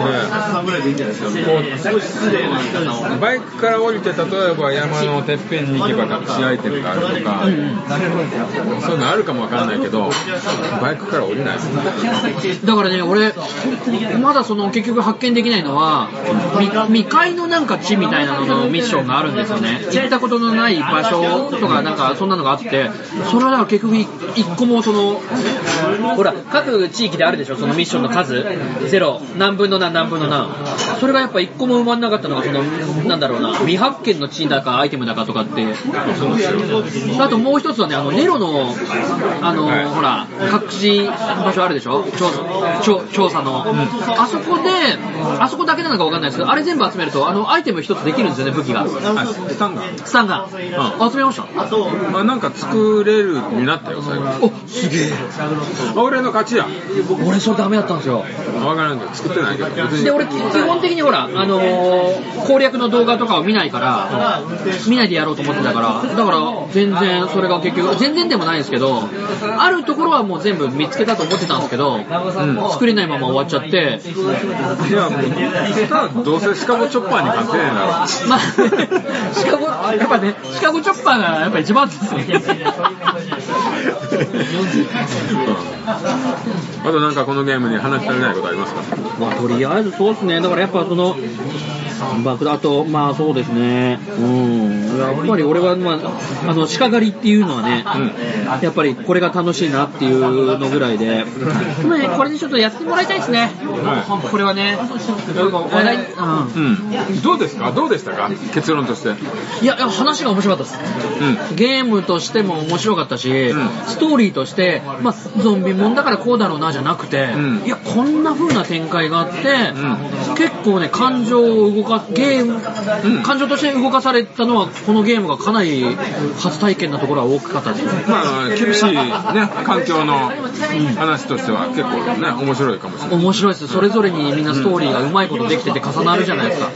バイクから降りて例えば山のてっぺんに行けば試合店があるとか、そういうのあるかもわかんないけど、バイクから降りない。 だからね、俺まだ結局発見できないのは未開のなんか地みたいなののミッションがあるんですよね。行ったことのない場所とかなんかそんなのがあって、それはだから結局一個もほら各地域であるでしょ、そのミッションの数0何分の何何分の何、それがやっぱ一個も埋まんなかったのがなんだろうな、未発見の地だかアイテムだかとかって。あともう一つはね、ネロのほら隠し場所あるでしょ、調査の、あそこだけなのか分かんないですけど、あれ全部集めるとアイテム一つできるんですよね、武器が。 スタンガン、 集めました。 なんか作れるになったよ最後。 お、すげえ。 俺の勝ちや。 俺それダメだったんですよ。 分からんけど作ってないけど。 で俺基本的にほら攻略の動画とかを見ないから見ないでやろうと思ってたから、だから全然それが結局全然でもないんですけど、あるところはもう全部見つけたと思ってたんですけど、作れないまま終わっちゃって。 いやもうどうせシカゴチョッパーに勝てねえだろ。 まあやっぱね、シカゴチョッパーがやっぱ一番ですよね。 あとなんかこのゲームに話し足りないことありますか？ まあとりあえずそうですね。だからやっぱあとまあそうですね。やっぱり俺は鹿狩りっていうのはね、やっぱりこれが楽しいなっていうのぐらいで、これでちょっとやってもらいたいですね。これはね。話題どうですか？どうでしたか？結論として。 いや話が面白かったです。ゲームとしても面白かったし、ストーリーとしてゾンビもんだからこうだろうなじゃなくて、いやこんな風な展開があって、結構ね感情として動かされたのはこのゲームがかなり初体験なところは大きかったですね。 厳しいね環境の話としては結構ね面白いかもしれない。 面白いです。それぞれにみんなストーリーがうまいことできてて重なるじゃないですか。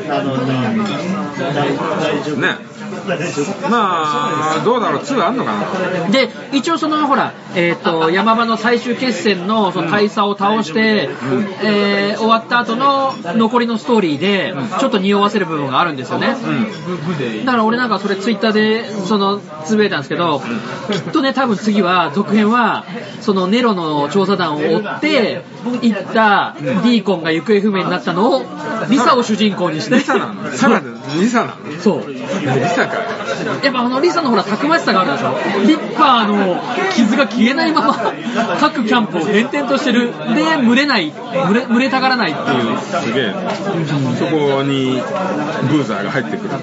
ね。まあどうだろう、2あんのかな。 で一応ほら山場の最終決戦の大佐を倒して、終わった後の残りのストーリーでちょっと匂わせる部分があるんですよね。だから俺なんかそれツイッターでつぶやいたんですけど、きっとね多分次は続編はネロの調査団を追って行ったディーコンが行方不明になったのをリサを主人公にして。 リサなの？リサなの？ そう。 リサか。 やっぱリサのほらたくましさがあるでしょ。リッパーの傷が消えないまま各キャンプを転々としてる。で群れたがらないっていう。 すげえ。そこにブーザーが入ってくる。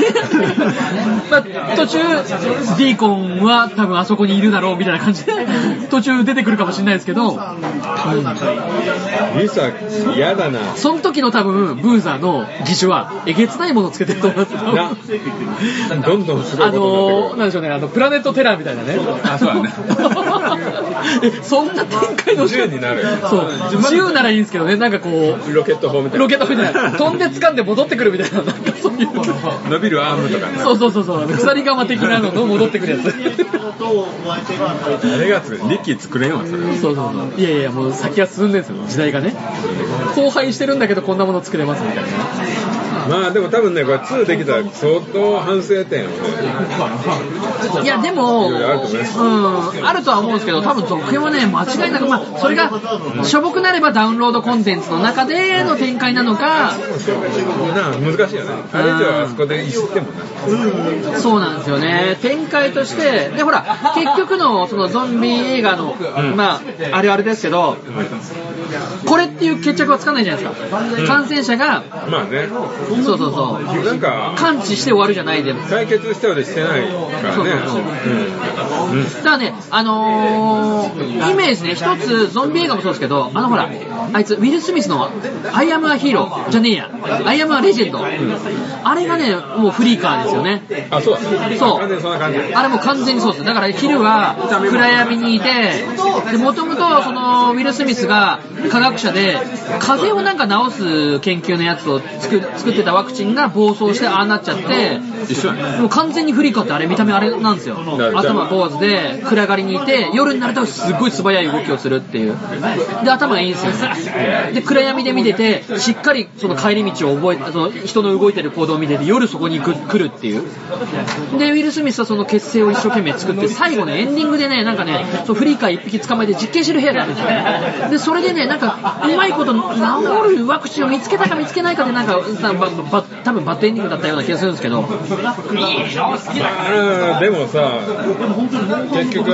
途中ディーコンは多分あそこにいるだろうみたいな感じで途中出てくるかもしれないですけど、 リサ嫌だな。 その時の多分ブーザーの義手はえげつないものをつけてると思います。 どんどんすごいことなんでしょうね、プラネットテラーみたいなね。 そうだね。 そんな展開の 10になる。 そう10ならいいんですけどね、なんかこうロケット砲みたいな。 飛んで掴んで戻ってくるみたいな、なんかそういう伸びるアームとかね。 そう鎖釜的なの戻ってくるやつ。 あれがリッキー作れんわそれ。 そういやもう先は進んでるんですよ、時代がね。荒廃してるんだけどこんなもの作れますみたいな。 まあでも多分ねこれ2できたら相当反省点をね。 いやでもあるとは思うんですけど、多分続編はね間違いなくそれがしょぼくなればダウンロードコンテンツの中での展開なのか。 難しいよね。あれ以上あそこでいじってもね。 そうなんですよね。展開としてでほら結局のゾンビ映画のあるあるですけど、これっていう決着はつかないじゃないですか。感染者がそうそうそう。 なんか完治して終わるじゃないで。 解決したようでしてないからね。そうそうそう。 だからね、イメージね、一つゾンビ映画もそうですけど、ほら、あいつウィル・スミスのアイアム・ア・ヒーローじゃねえや、アイアム・ア・レジェンド、あれがね、もうフリーカーですよね。 あ、そうそう。 完全にそんな感じ。 あれも完全にそうです。だからヒルは暗闇にいて、で、もともとそのウィル・スミスが科学者で、風邪をなんか治す研究のやつを作ってたワクチンが暴走してああなっちゃって、 一緒やね。 もう完全にフリーカーってあれ見た目あれなんですよ。頭坊主で暗がりにいて、夜になるとすごい素早い動きをするっていう。で、頭がいいんですよ。で、暗闇で見てて、しっかりその帰り道を覚えて、その人の動いてる行動を見てて、夜そこに来るっていう。で、ウィル・スミスはその結成を一生懸命作って、最後ね、エンディングでね、なんかね、そうフリーカー一匹捕まえて実験してる部屋があるんですよ。で、それでね、なんか、うまいこと治るワクチンを見つけたか見つけないかで、なんか、多分バッドエンディングだったような気がするんですけど。 でもさ、結局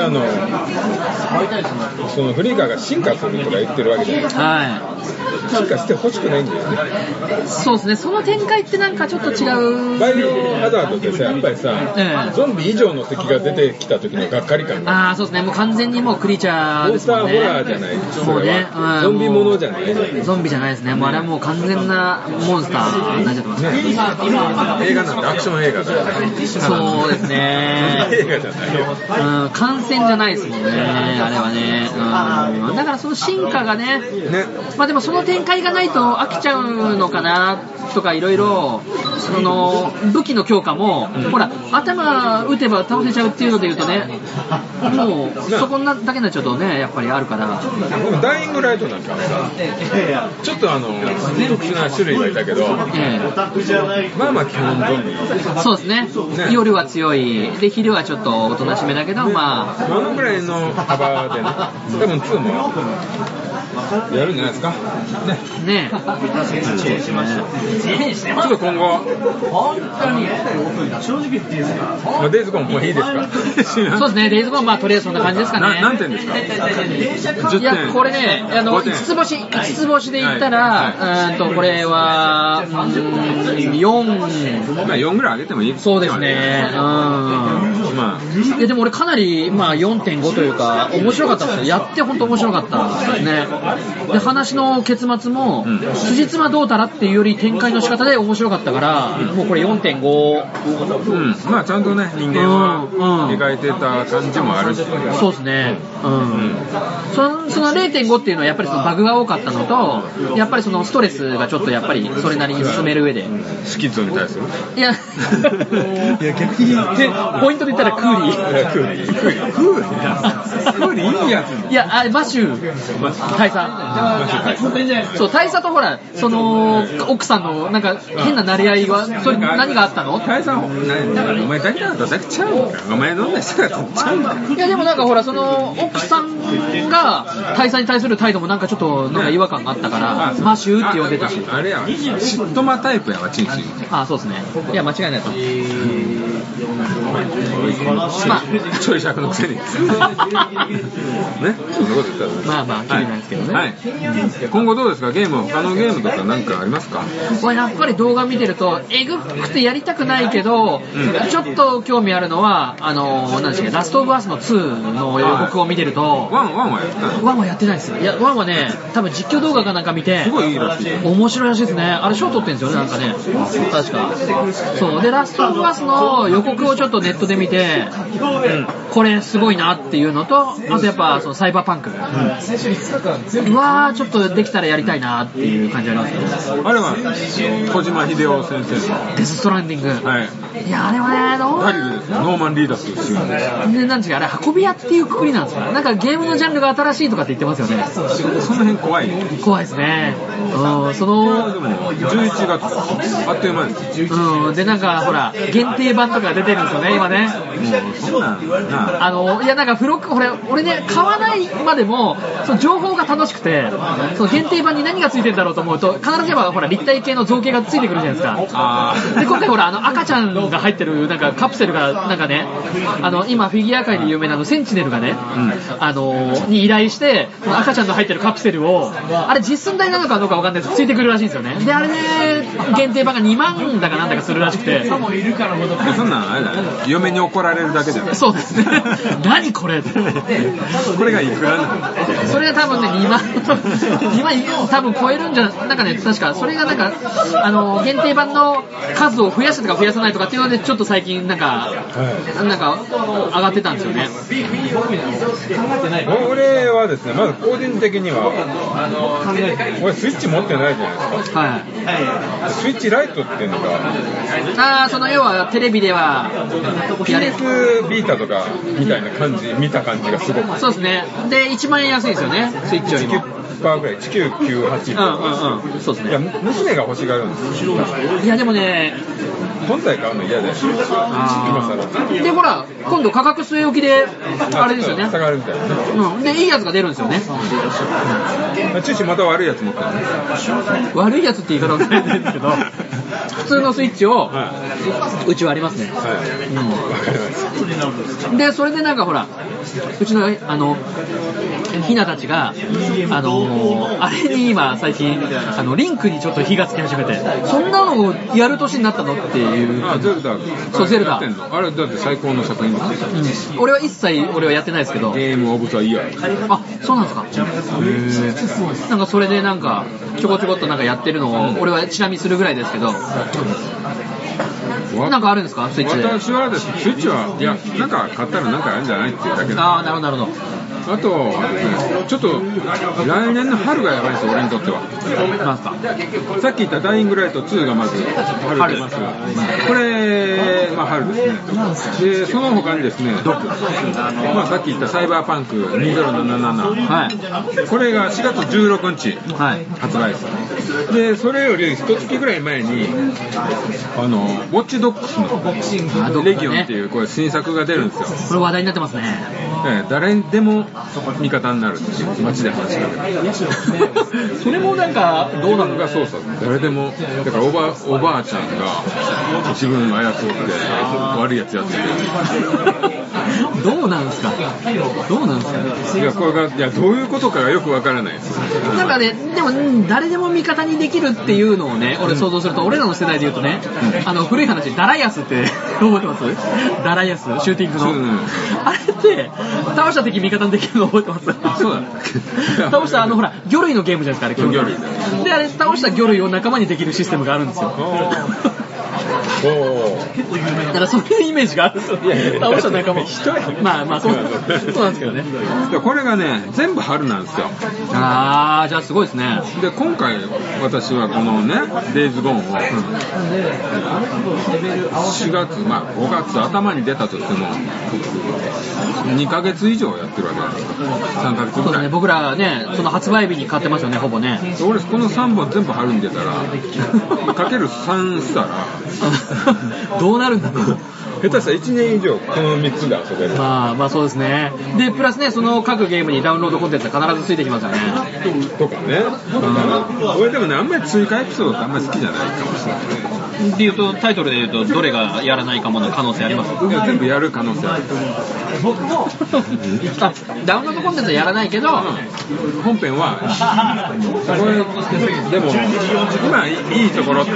そのフリーカーが進化するとか言ってるわけじゃないですか。はい。進化してほしくないんだよね。 そうですね、その展開ってなんかちょっと違う。 バイオハザードってさ、やっぱりさ、ゾンビ以上の敵が出てきた時のがっかり感が。そうですね、もう完全にもうクリーチャーですもんね。 モンスターホラーじゃない。そうね。ゾンビものじゃない。 ゾンビじゃないですね。もうあれはもう完全なモンスターになっちゃってますね。 映画なんてアクション映画だよね。 そうですね。 映画じゃないよ。 感染じゃないですもんね、あれはね。だからその進化がね、まあでもその展開がないと飽きちゃうのかなとかいろいろ、その武器の強化も、ほら頭打てば倒せちゃうっていうので言うとね、もうそこだけになっちゃうとね、やっぱりあるから。 でもダイイングライトなんかさ、ちょっと特殊な種類がいたけど、まあまあ基本ゾンビ。 そうですね。夜は強いで、昼はちょっとおとなしめだけど、まあこのぐらいの幅でね、多分2もやるんじゃないですかね。ちょっと今後本当に正直言っていいですか、デイズゴンもういいですかそうですね、デイズゴンまあとりあえずそんな感じですかね。 何点ですか。 いやこれね、5つ星で言ったら、これは 4ぐらい上げてもいい。 そうですね。いやでも俺かなりまあ 4.5 というか面白かったですよ。やって本当面白かったですね。で話の結末も辻褄どうたらっていうより展開の仕方で面白かったから、もうこれ 4.5。 まあちゃんとね人間は描いてた感じもあるし、 そうですね。その 0.5 っていうのはやっぱりそのバグが多かったのと、やっぱりそのストレスがちょっとやっぱりそれなりに進める上で。 スキッズに対する。 いや逆にポイントで言ったらクーリーいいやつ。 いやマシュー大佐。そう大佐とほらその奥さんのなんか変な馴れ合いはそれ何があったの？ 大佐お前だけだったらだけちゃうんか。お前飲んだ人が取っちゃうんか。 いやでもなんかほらその奥さんが大佐に対する態度もなんかちょっとなんか違和感があったからマシューって呼んでたし。 あれや嫉妬魔タイプやわチンチン。 そうですね。いや間違いないと。 まあちょい尺のくせにね、そんなこと言ったらまあまあきれいなんですけどね。 はい。今後どうですか、他のゲームとか何かありますか？ やっぱり動画見てるとエグくてやりたくないけど、ちょっと興味あるのは何でしたっけ、ラストオブアースの2の予告を見てると、 ワンはやったの？ ワンはやってないです。いやワンはね多分実況動画かなんか見てすごいいいらしい。 面白いらしいですね。あれ賞取ってるんですよね、なんかね、確か。そうでラストオブアースの予告をちょっとネットで見て、これすごいなっていうのと、あとやっぱそのサイバーパンク、ちょっとできたらやりたいなっていう感じありますね。 あれは小島秀夫先生のデスストランディング。いやあれはねノーマン・リーダースですよね。 でなんですかあれ運び屋っていうくくりなんですか。なんかゲームのジャンルが新しいとかって言ってますよね。 その辺怖いね。 怖いですね。 でも11月あっという間です。 でなんかほら限定版とか出てるんですよね、 今ね。 もうそうなんだな。 いやなんか付録俺ね買わないまでもその情報が楽しくて、その限定版に何がついてるんだろうと思うと必ずやっぱほら立体系の造形がついてくるじゃないですか。で今回ほら赤ちゃんが入ってるなんかカプセルがなんかね、今フィギュア界で有名なセンチネルがね、に依頼して赤ちゃんの入ってるカプセルをあれ実寸大なのかどうかわかんないですけどついてくるらしいんですよね。であれね限定版が2万だかなんだかするらしくて、 そんなんあれだね、嫁に怒られるだけじゃない。 そうですね。何これこれがいくらなの？ それが多分ね2万多分超えるんじゃなんかね、確かそれがなんか限定版の数を増やすとか増やさないとかっていうのでちょっと最近なんか上がってたんですよね。 俺はですね、まず個人的には俺スイッチ持ってないじゃないですか。はい。スイッチライトっていうのがその要はテレビでは PS ビータとかみたいな感じ、見た感じがすごく。 そうですね。で1万円安いですよね、スイッチよりも。 1%ぐらい、1998。そうですね。いや娘が欲しがるんですよ。 いやでもね。 本体買うの嫌で。 でほら今度価格据え置きであれですよね。 下がるみたいな。 でいいやつが出るんですよね。 チューチまた悪いやつ持ってる。 悪いやつって言い方はないんですけど、普通のスイッチをうちはありますね。わかります。でそれでなんかほらうちのひなたちがあれに今最近リンクにちょっと火がつき始めて、そんなのをやる年になったのっていう。 ゼルダ。 そうゼルダ。 あれだって最高の作品ですよ。 俺は一切やってないですけど。 ゲームオブザイヤー。 あ、そうなんですか。なんかそれでなんかちょこちょこっとなんかやってるのを俺はチラ見するぐらいですけど。なんかあるんですかスイッチで。 私はですね、スイッチはいやなんか買ったらなんかあるんじゃないっていうだけで。 ああ、なるほどなるほど。 あと、ちょっと来年の春がやばいんですよ、俺にとっては。 なんすか。 さっき言ったダイイングライト2がまず春出ます。これ、まあ春ですね。で、その他にですね、まあさっき言ったサイバーパンク2077、はい、これが4月16日発売です。で、それより1月ぐらい前にウォッチドックスのレギオンっていうこれ新作が出るんですよ。 これ話題になってますね。 誰でも味方になるっていう街で話しかける。 それもなんかどうなのか。 そう誰でもだからおばあちゃんが自分を操って悪いやつやっててどうなんですか。 いやこれがどういうことかがよくわからないです。 なんかね、でも誰でも味方にできるっていうのをね、俺想像すると、俺らの世代で言うとね、古い話ダライアスって覚えてます？ダライアスシューティングの、あれって倒した敵味方にできるの覚えてます？ そうだ倒したほら魚類のゲームじゃないですか、あれ。魚類であれ倒した魚類を仲間にできるシステムがあるんですよ。だからそういうイメージがあるんですよ。倒した仲間まあそうなんですけどね。 これがね全部春なんですよ。 ああ、じゃあすごいですね。 で今回私はこのねデイズゴーンを4月5月頭に出たとしても2ヶ月以上やってるわけです。3ヶ月ぐらい。 ね、僕らねその発売日に買ってますよね、ほぼね。 俺この3本全部春に出たらかける3したらどうなるんだろう。 下手したら1年以上この3つで遊べる。 まあそうですね。でプラスね、その各ゲームにダウンロードコンテンツが必ずついてきますよね。 とかね。俺でもねあんまり追加エピソードってあんまり好きじゃないかもしれないね。 っていうとタイトルで言うとどれがやらないかもの可能性あります？ いや全部やる可能性ある。 僕もダウンロードコンテンツはやらないけど、 本編はこれでも今いいところって、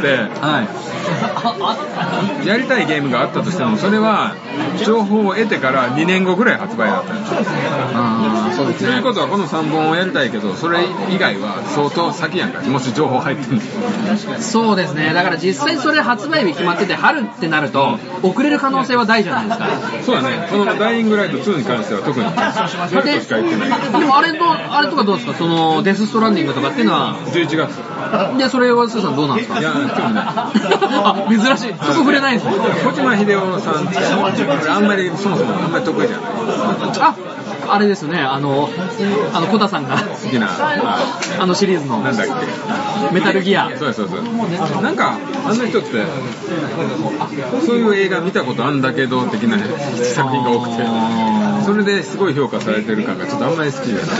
やりたいゲームがあったとしてもそれは情報を得てから2年後ぐらい発売だったんですよ。そうですね。ということはこの3本をやりたいけどそれ以外は相当先やんか、もし情報入ってるんですよ。 そうですね。だから実際それ発売日決まってて春ってなると遅れる可能性は大じゃないですか。 そうだね。このダイイングライト2に関しては特に春としか言ってない。 でもあれとかどうですか、そのデスストランディングとかっていうのは 11月で、それはスーさんどうなんですか？ いや、今日ねあ、珍しい。そこ触れないんですね。 小島秀夫さんってあんまりそもそもあんまり得意じゃない。 あれですよね、コタさんが好きなシリーズのなんだっけ、 メタルギア。 そうなんかあんな人ってそういう映画見たことあんだけど的な作品が多くて、それですごい評価されてる感がちょっとあんまり好きじゃない。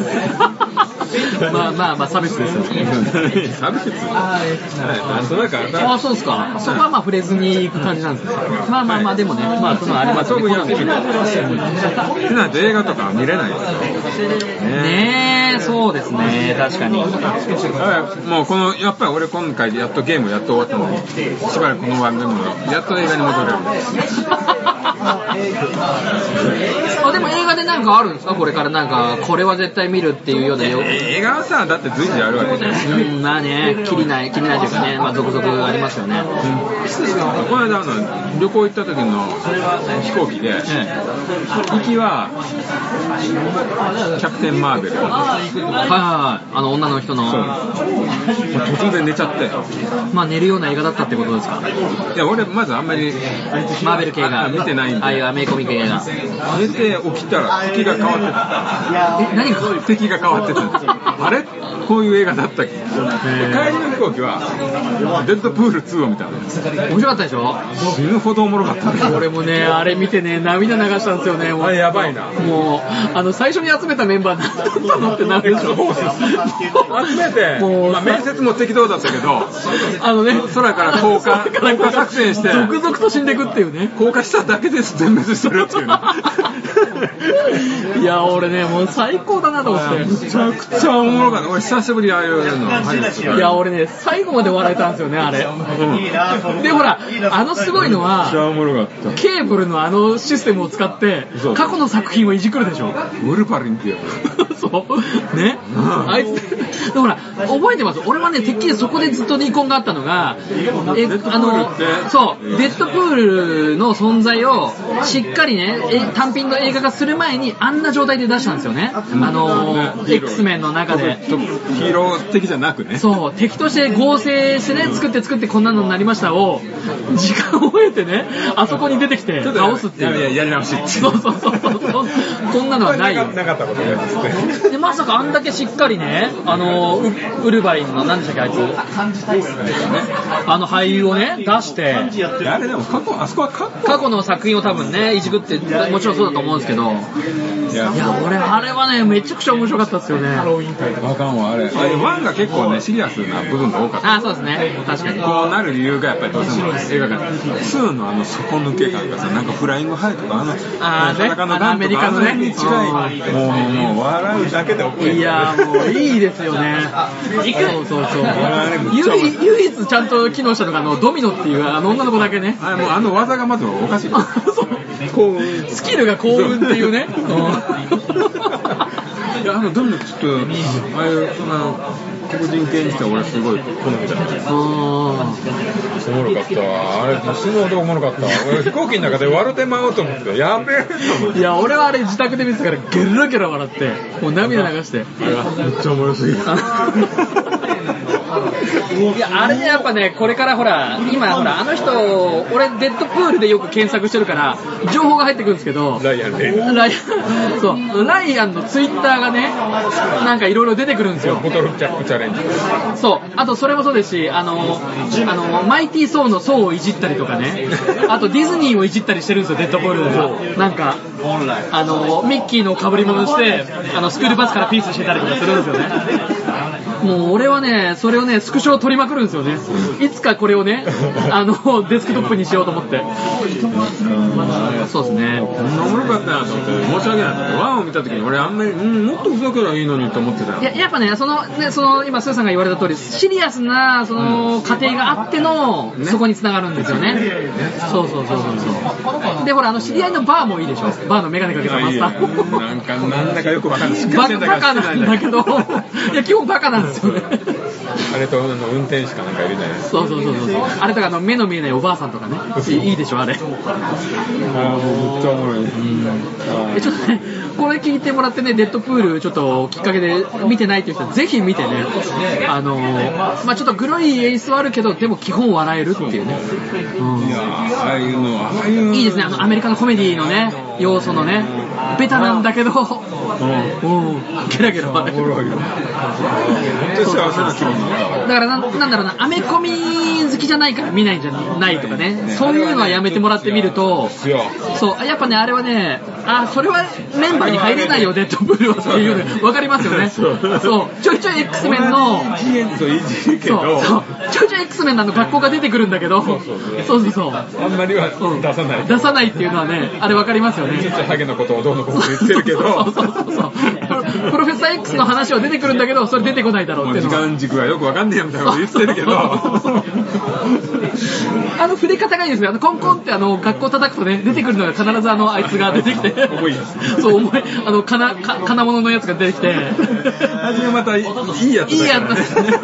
まあ差別ですよね。 差別？なんとなくあ、そうですか。そこはまあ触れずに行く感じなんですね。まあでもね、まあそのありますね。 そういう意味でなんて映画とか見れないですよね。そうですね、確かに。 もうやっぱり俺今回やっとゲームやっと終わったのに、しばらくこの番組もやっと映画に戻れる。 でも映画でなんかあるんですか、これからなんかこれは絶対見るっていうような映画はさ、だって随時あるわけじゃん。 まあね、切りないというかね、まあ続々ありますよね。 この間旅行行った時の飛行機で、行きはキャプテンマーベル、 女の人の突然寝ちゃって、 まあ寝るような映画だったってことですか。 いや俺まずあんまりマーベル系が見てないんで、 ああいうアメコミ系が寝て起きたら敵が変わってた。 何が敵が変わってたんですよ。あれこういう映画だったっけ。帰りの飛行機はデッドプール2を見たの。 面白かったでしょ。 死ぬほどおもろかった。 俺もねあれ見てね涙流したんですよね。 あれやばいな。 もう最初に集めたメンバー何だったのってなるでしょ。 集めてもう、面接も適当だったけど空から降下作戦して続々と死んでいくっていうね。 降下しただけです全滅してるっていうね。 いや俺ねもう最高だなと思って。 めちゃくちゃおもろかった。俺久しぶりにああいうの。 いや俺ね最後まで笑えたんですよねあれ。でほらすごいのはケーブルのシステムを使って過去の作品をいじくるでしょ。 ウルパリンっていうそうね、あいつほら覚えてます。俺はねてっきりそこでずっとニコンがあったのがそうデッドプールの存在をしっかりね単品の映画化する前にあんな状態で出したんですよね。X メンの中でヒーロー的じゃなくね、 そう敵として合成してね作ってこんなのになりましたを時間を経てねあそこに出てきて倒すっていうやり直しってそうこんなのはないよ。 なかったことやつでまさかあんだけしっかりねウルヴァリンの何でしたっけあいつ俳優をね出してあれでもあそこは過去の作品を多分ねいじくってもちろんそうだと思うんですけど、いや俺あれはねめちゃくちゃ面白かったですよね。 わかんわあれ1が結構ねシリアスな部分が多かった。 あそうですね確かにこうなる理由がやっぱりどうしても映画館2の底抜け感がさなんかフライングハイとか裸のガンとかに近い。もう笑うだけで怒る。 いやもういいですよね。そう唯一ちゃんと機能したのがドミノっていう女の子だけね。 もう技がまずおかしい。 スキルが幸運っていうね。 いやドミノちょっとああいう黒人系にしては俺すごい好みだった。おもろかったわあれ。死ぬほどおもろかった。俺飛行機の中で笑ってまおうと思ってやべえと思って。 いや俺はあれ自宅で見てたからゲラゲラ笑ってもう涙流して。 めっちゃおもろすぎる。 いやあれねやっぱねこれからほら今ほら人俺デッドプールでよく検索してるから情報が入ってくるんですけどライアンのツイッターがねなんかいろいろ出てくるんですよ。 ボトルキャップチャレンジ。 そうあとそれもそうですしマイティー・ソーのソーをいじったりとかねあとディズニーをいじったりしてるんですよデッドプールでは。なんかミッキーの被り物してスクールバスからピースしてたりとかするんですよね。もう俺はねそれをねスクショを撮りまくるんですよね。いつかこれをねデスクトップにしようと思って。そうですね。 こんなおもろかったなと思って申し訳ない。ワンを見た時に俺あんまりもっとふざけりゃいいのにと思ってたよ。 やっぱねその今スーさんが言われた通りシリアスなその過程があってのそこに繋がるんですよね。そうでほら知り合いのバーもいいでしょ。バーのメガネかけたマスターなんだかよくわかんない。 バカなんだけどいや基本バカなんですよね。 あれと運転手かなんかいるじゃないですか。 そうあれとか目の見えないおばあさんとかねいいでしょあれ。 めっちゃおもろい。 ちょっとねこれ聞いてもらってねデッドプールちょっときっかけで見てないという人はぜひ見てねちょっとグロい演出はあるけどでも基本笑えるっていうね。いやああいういいですねアメリカのコメディのね要素のねベタなんだけど、ゲラゲラ笑う。だからなんだろうな、アメコミ好きじゃないから見ないんじゃないとかね、そういうのはやめてもらってみると、そうやっぱね、あれはね、それはメンバーに入れないよ、デッドプールはっていうの分かりますよね。そうちょいちょい X メンのちょいちょい X メンの学校が出てくるんだけど、そうあんまりは出さないっていうのはね、あれ分かりますよね。 ちょっとハゲのことをどうのこうの言ってるけど、 プロフェッサー X の話は出てくるんだけど、それ出てこないだろうっていうのは、 時間軸がよく分かんねえよみたいなこと言ってるけど、 触れ方がいいですね。コンコンって学校叩くとね、出てくるのが必ずあいつが出てきて、 重いです。 そう重い金物のやつが出てきて、 味がまたいいやつですね。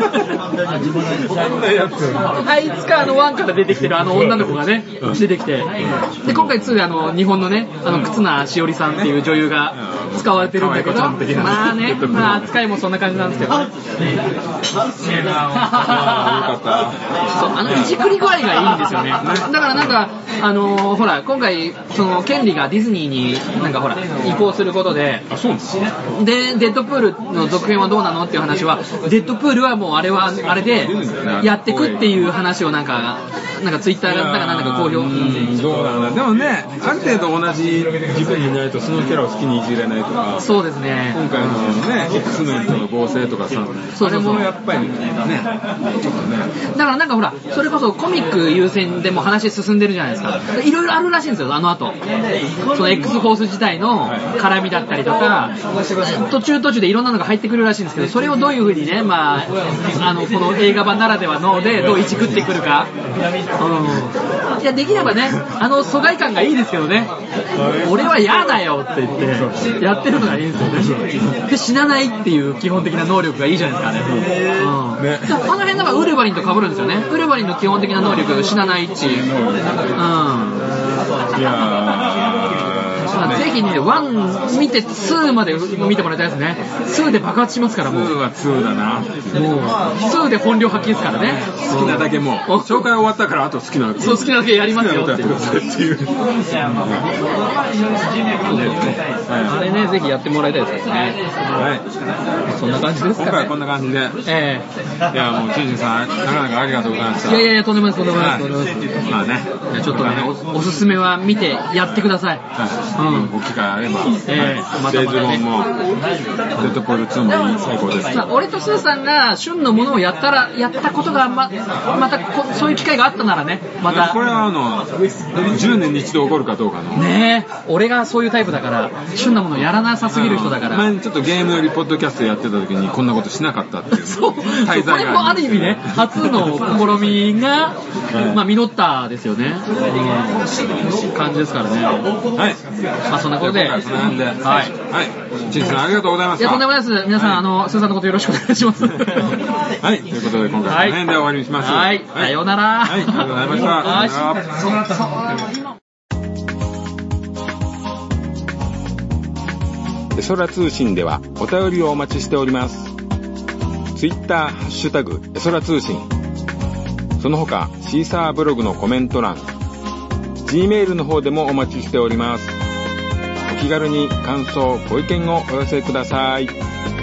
あいつかワンから出てきてる女の子がね、出てきて、で今回2で日本のね忽那しおりさんっていう女優が使われてるんだけど、まあね、扱いもそんな感じなんですけど、いじくり具合がいいんですよね。だからなんかほら今回その権利がディズニーになんかほら移行することで、でデッドプールの続編はどうなのっていう話は、デッドプールはもうあれでやってくっていう話をなんかツイッターだったかなんだか公表。 どうだろうな。でもね、ある程度同じ軸にいないとそのキャラを好きにいじれないとか。 そうですね。 今回のね X メンとの合成とかさ、それもやっぱりねちょっとね。 だからなんかほら、それこそコミック優先でも話進んでるじゃないですか。いろいろあるらしいんですよ、後。その X フォース自体の絡みだったりとか、途中でいろんなのが入ってくるらしいんですけど、それをどういう風にね、この映画版ならではのでどういじくってくるか。いやできればね、疎外感がいいですけどね、俺は嫌だよって言ってやってるのがいいんですよね。で死なないっていう基本的な能力がいいじゃないですかね。この辺がウルヴァリンと被るんですよね。ウルヴァリンの基本的な能力死なないっていう。いやぜひね、1見て2まで見てもらいたいですね。2で爆発しますから、もう。 2は2だな。 もう2で本領発揮ですからね。 好きなだけもう紹介終わったからあと好きなだけ。 そう好きなだけやりますよっていう。あれね、ぜひやってもらいたいですね。 はい。 そんな感じですかね。 今回はこんな感じで。いやもうチンチンさんなかなかありがとうございました。 いやとんでもないです。 まあね。 ちょっとねおすすめは見てやってください。 お機会あれば、デイズボンもデッドプール2も最高です。 俺とスーさんが旬のものをやったことがまたそういう機会があったならね、またこれは10年に一度起こるかどうかのね。俺がそういうタイプだから、旬なものやらなさすぎる人だから。 前にちょっとゲームよりポッドキャストやってた時にこんなことしなかったっていうそうこれもある意味ね、初の試みが実ったですよね。感じですからね。 はい。 そんなことで、 そんな感じで、はい。チンさんありがとうございました。 いやとんでもないです。皆さんスーさんのことよろしくお願いします。 はい。ということで今回はこの辺で終わりにします。 はい。さようなら。 はい。ありがとうございました。エソラ通信ではお便りをお待ちしております。ツイッターハッシュタグエソラ通信、その他シーサーブログのコメント欄、Gmail の方でもお待ちしております。お気軽に感想ご意見をお寄せください。